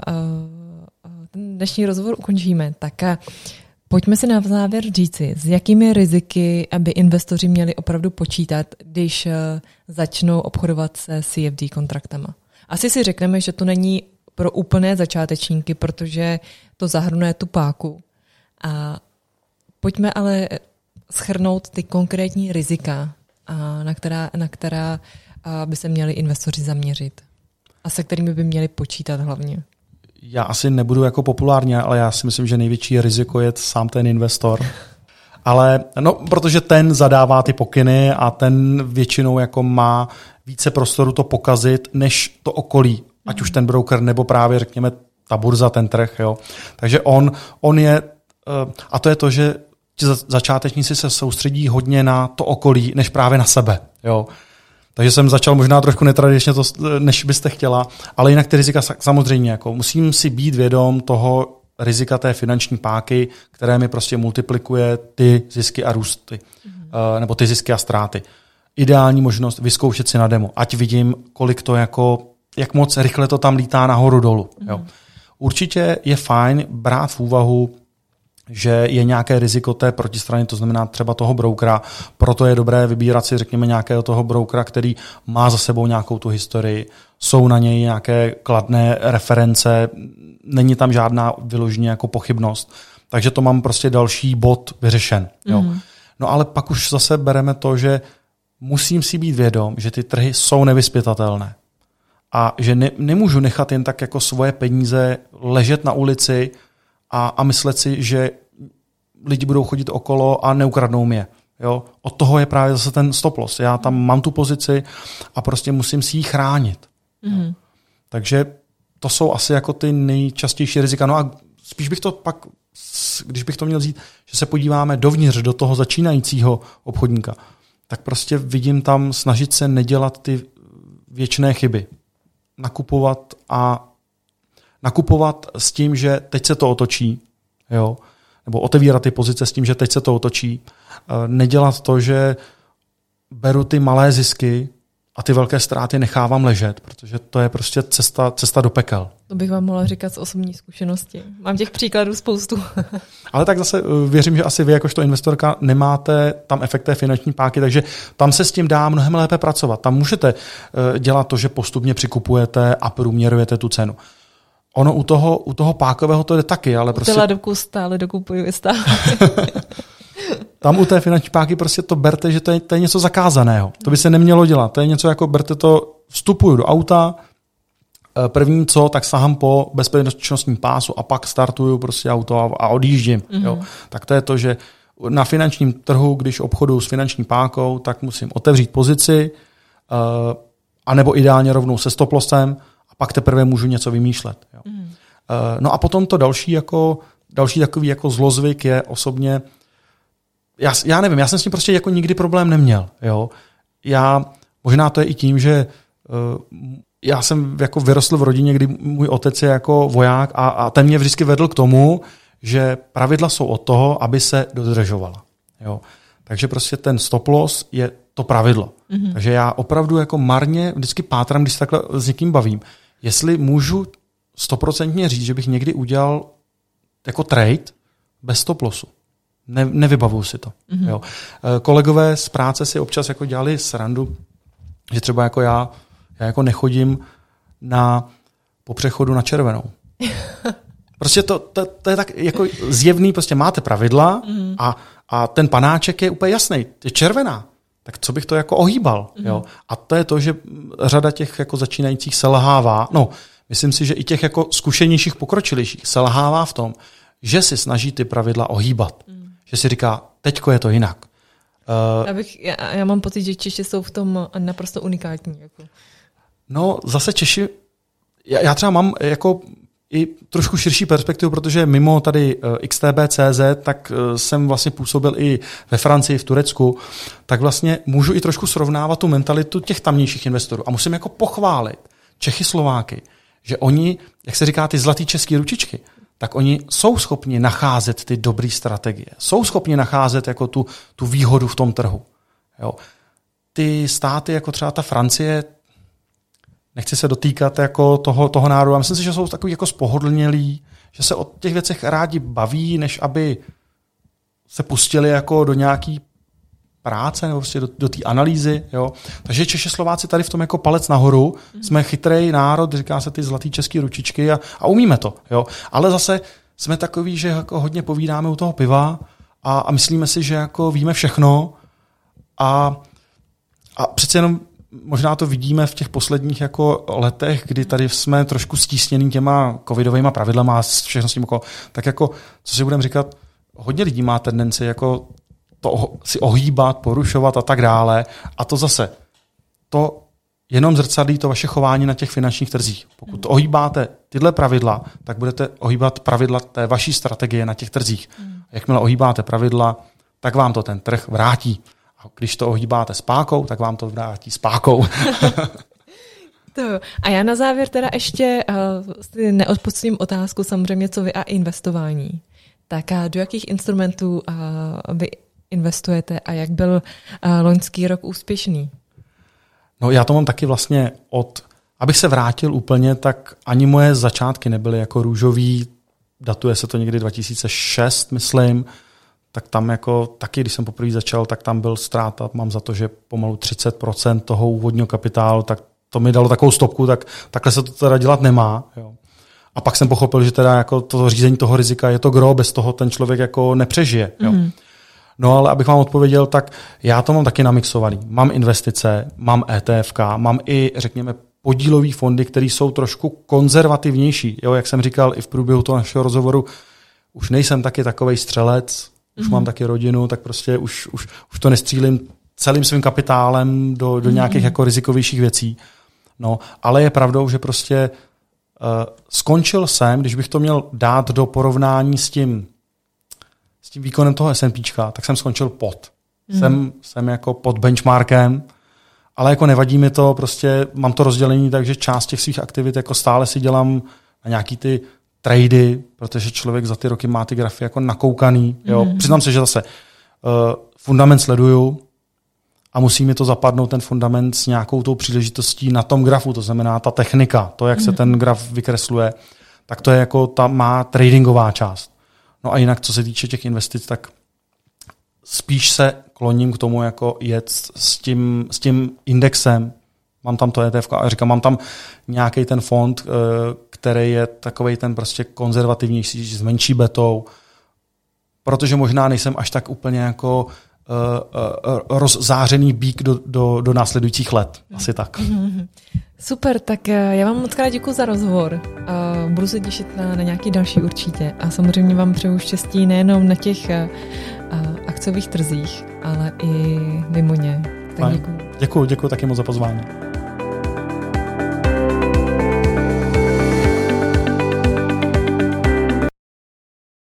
Speaker 1: ten dnešní rozhovor ukončíme, tak pojďme si na závěr říci, s jakými riziky by investoři měli opravdu počítat, když začnou obchodovat se CFD kontraktama. Asi si řekneme, že to není pro úplné začátečníky, protože to zahrnuje tu páku. A pojďme ale shrnout ty konkrétní rizika, na která by se měli investoři zaměřit a se kterými by měli počítat hlavně.
Speaker 2: Já asi nebudu jako populární, ale já si myslím, že největší riziko je sám ten investor. Ale protože ten zadává ty pokyny a ten většinou jako má více prostoru to pokazit, než to okolí. Ať už ten broker, nebo právě řekněme ta burza, ten trh. Jo. Takže on je, a to je to, že ti začátečníci se soustředí hodně na to okolí, než právě na sebe. Jo. Takže jsem začal možná trošku netradičně to, než byste chtěla, ale jinak ty rizika samozřejmě, jako musím si být vědom toho rizika té finanční páky, které mi prostě multiplikuje ty zisky a růsty, nebo ty zisky a ztráty. Ideální možnost vyzkoušet si na demo, ať vidím, kolik to jako, jak moc rychle to tam lítá nahoru dolů. Jo. Určitě je fajn brát v úvahu, že je nějaké riziko té protistrany, to znamená třeba toho brokera, proto je dobré vybírat si, řekněme, nějakého toho brokera, který má za sebou nějakou tu historii, jsou na něj nějaké kladné reference, není tam žádná vyloženě jako pochybnost. Takže to mám prostě další bod vyřešen. Jo. No ale pak už zase bereme to, že musím si být vědom, že ty trhy jsou nevyzpytatelné. A že nemůžu nechat jen tak jako svoje peníze ležet na ulici a myslet si, že lidi budou chodit okolo a neukradnou mě. Jo? Od toho je právě zase ten stop loss. Já tam mám tu pozici a prostě musím si ji chránit. Takže to jsou asi jako ty nejčastější rizika. No a spíš bych to pak, když bych to měl vzít, že se podíváme dovnitř do toho začínajícího obchodníka, tak prostě vidím tam snažit se nedělat ty věčné chyby. Nakupovat s tím, že teď se to otočí, jo? Nebo otevírat ty pozice s tím, že teď se to otočí. Nedělat to, že beru ty malé zisky a ty velké ztráty nechávám ležet, protože to je prostě cesta do pekel.
Speaker 1: To bych vám mohla říkat z osobní zkušenosti. Mám těch příkladů spoustu.
Speaker 2: Ale tak zase věřím, že asi vy jakožto investorka nemáte tam efekt té finanční páky, takže tam se s tím dá mnohem lépe pracovat. Tam můžete dělat to, že postupně přikupujete a průměrujete tu cenu. Ono u toho pákového to jde taky, ale prostě...
Speaker 1: U té stále dokupuju stále.
Speaker 2: Tam u té finanční páky prostě to berte, že to je něco zakázaného. To by se nemělo dělat. To je něco jako berte to, vstupuju do auta, první co, tak sahám po bezpečnostním pásu a pak startuju prostě auto a odjíždím. Jo. Tak to je to, že na finančním trhu, když obchoduju s finanční pákou, tak musím otevřít pozici, anebo ideálně rovnou se stop lossem a pak teprve můžu něco vymýšlet. Jo. No a potom to další takový jako zlozvyk je osobně, já nevím, já jsem s tím prostě jako nikdy problém neměl. Jo. Možná to je i tím, že já jsem jako vyrostl v rodině, kdy můj otec je jako voják a ten mě vždycky vedl k tomu, že pravidla jsou od toho, aby se dodržovala. Jo. Takže prostě ten stop loss je to pravidlo. Takže já opravdu jako marně vždycky pátrám, když se takhle s někým bavím, jestli můžu 100% říct, že bych někdy udělal jako trade bez stop lossu. Nevybavuju si to. Jo. Kolegové z práce si občas jako dělali srandu, že třeba jako já jako nechodím po přechodu na červenou. Prostě to je tak jako zjevný, prostě máte pravidla a ten panáček je úplně jasný. Je červená. Tak co bych to jako ohýbal? Jo? A to je to, že řada těch jako začínajících selhává. No, myslím si, že i těch jako zkušenějších, pokročilejších selhává v tom, že si snaží ty pravidla ohýbat. Že si říká, teďko je to jinak.
Speaker 1: Já mám pocit, že Češi jsou v tom naprosto unikátní. Jako.
Speaker 2: No, zase Češi, já třeba mám jako i trošku širší perspektivu, protože mimo tady XTB.cz, tak jsem vlastně působil i ve Francii, v Turecku, tak vlastně můžu i trošku srovnávat tu mentalitu těch tamnějších investorů. A musím jako pochválit Čechy, Slováky, že oni, jak se říká, ty zlatý český ručičky, tak oni jsou schopni nacházet ty dobré strategie. Jsou schopni nacházet jako tu výhodu v tom trhu. Jo. Ty státy, jako třeba ta Francie, nechci se dotýkat jako toho národa, myslím si, že jsou takový jako spohodlnělí, že se o těch věcech rádi baví, než aby se pustili jako do nějaký práce nebo prostě do té analýzy. Jo. Takže Češi, Slováci tady v tom jako palec nahoru, jsme chytrej národ, říká se ty zlatý český ručičky a umíme to. Jo. Ale zase jsme takový, že jako hodně povídáme u toho piva a myslíme si, že jako víme všechno a přece jenom možná to vidíme v těch posledních jako letech, kdy tady jsme trošku stísněný těma covidovými pravidlama a všechno s tím okolo. Tak jako, co si budeme říkat, hodně lidí má tendenci jako to si ohýbat, porušovat a tak dále. A to zase, to jenom zrcadlí to vaše chování na těch finančních trzích. Pokud to ohýbáte tyhle pravidla, tak budete ohýbat pravidla té vaší strategie na těch trzích. Jakmile ohýbáte pravidla, tak vám to ten trh vrátí. A když to ohýbáte s pákou, tak vám to vrátí s pákou.
Speaker 1: A já na závěr teda ještě si neodpustím otázku samozřejmě, co vy a investování. Tak do jakých instrumentů vy investujete a jak byl loňský rok úspěšný?
Speaker 2: No já to mám taky vlastně abych se vrátil úplně, tak ani moje začátky nebyly jako růžový, datuje se to někdy 2006, myslím, tak tam jako taky, když jsem poprvé začal, tak tam byl ztráta, mám za to, že pomalu 30% toho úvodního kapitálu, tak to mi dalo takovou stopku, tak takhle se to teda dělat nemá. Jo. A pak jsem pochopil, že teda jako to řízení toho rizika je to gro, bez toho ten člověk jako nepřežije. Jo. No ale abych vám odpověděl, tak já to mám taky namixovaný. Mám investice, mám ETF, mám i, řekněme, podílové fondy, které jsou trošku konzervativnější. Jo, jak jsem říkal i v průběhu toho našeho rozhovoru, už nejsem taky takovej střelec, už mám taky rodinu, tak prostě už to nestřílím celým svým kapitálem do nějakých jako rizikovějších věcí. No, ale je pravdou, že prostě skončil jsem, když bych to měl dát do porovnání s tím výkonem toho S&Pčka, tak jsem skončil pod. Jsem jako pod benchmarkem, ale jako nevadí mi to, prostě mám to rozdělení, takže část těch svých aktivit jako stále si dělám na nějaký ty trady, protože člověk za ty roky má ty grafy jako nakoukaný. Jo. Přiznám se, že zase fundament sleduju a musí mi to zapadnout ten fundament s nějakou tou příležitostí na tom grafu, to znamená ta technika, to, jak se ten graf vykresluje, tak to je jako ta má tradingová část. No a jinak, co se týče těch investic, tak spíš se kloním k tomu, jako jet s tím indexem. Mám tam to ETF a říkám, mám tam nějaký ten fond, který je takovej ten prostě konzervativnější, s menší betou, protože možná nejsem až tak úplně jako rozzářený bík do následujících let. Asi tak.
Speaker 1: Super, tak já vám moc krát děkuji za rozhovor. Budu se těšit na nějaký další určitě. A samozřejmě vám přeju štěstí nejenom na těch akciových trzích, ale i mimo ně. Tak děkuji.
Speaker 2: Děkuji taky moc za pozvání.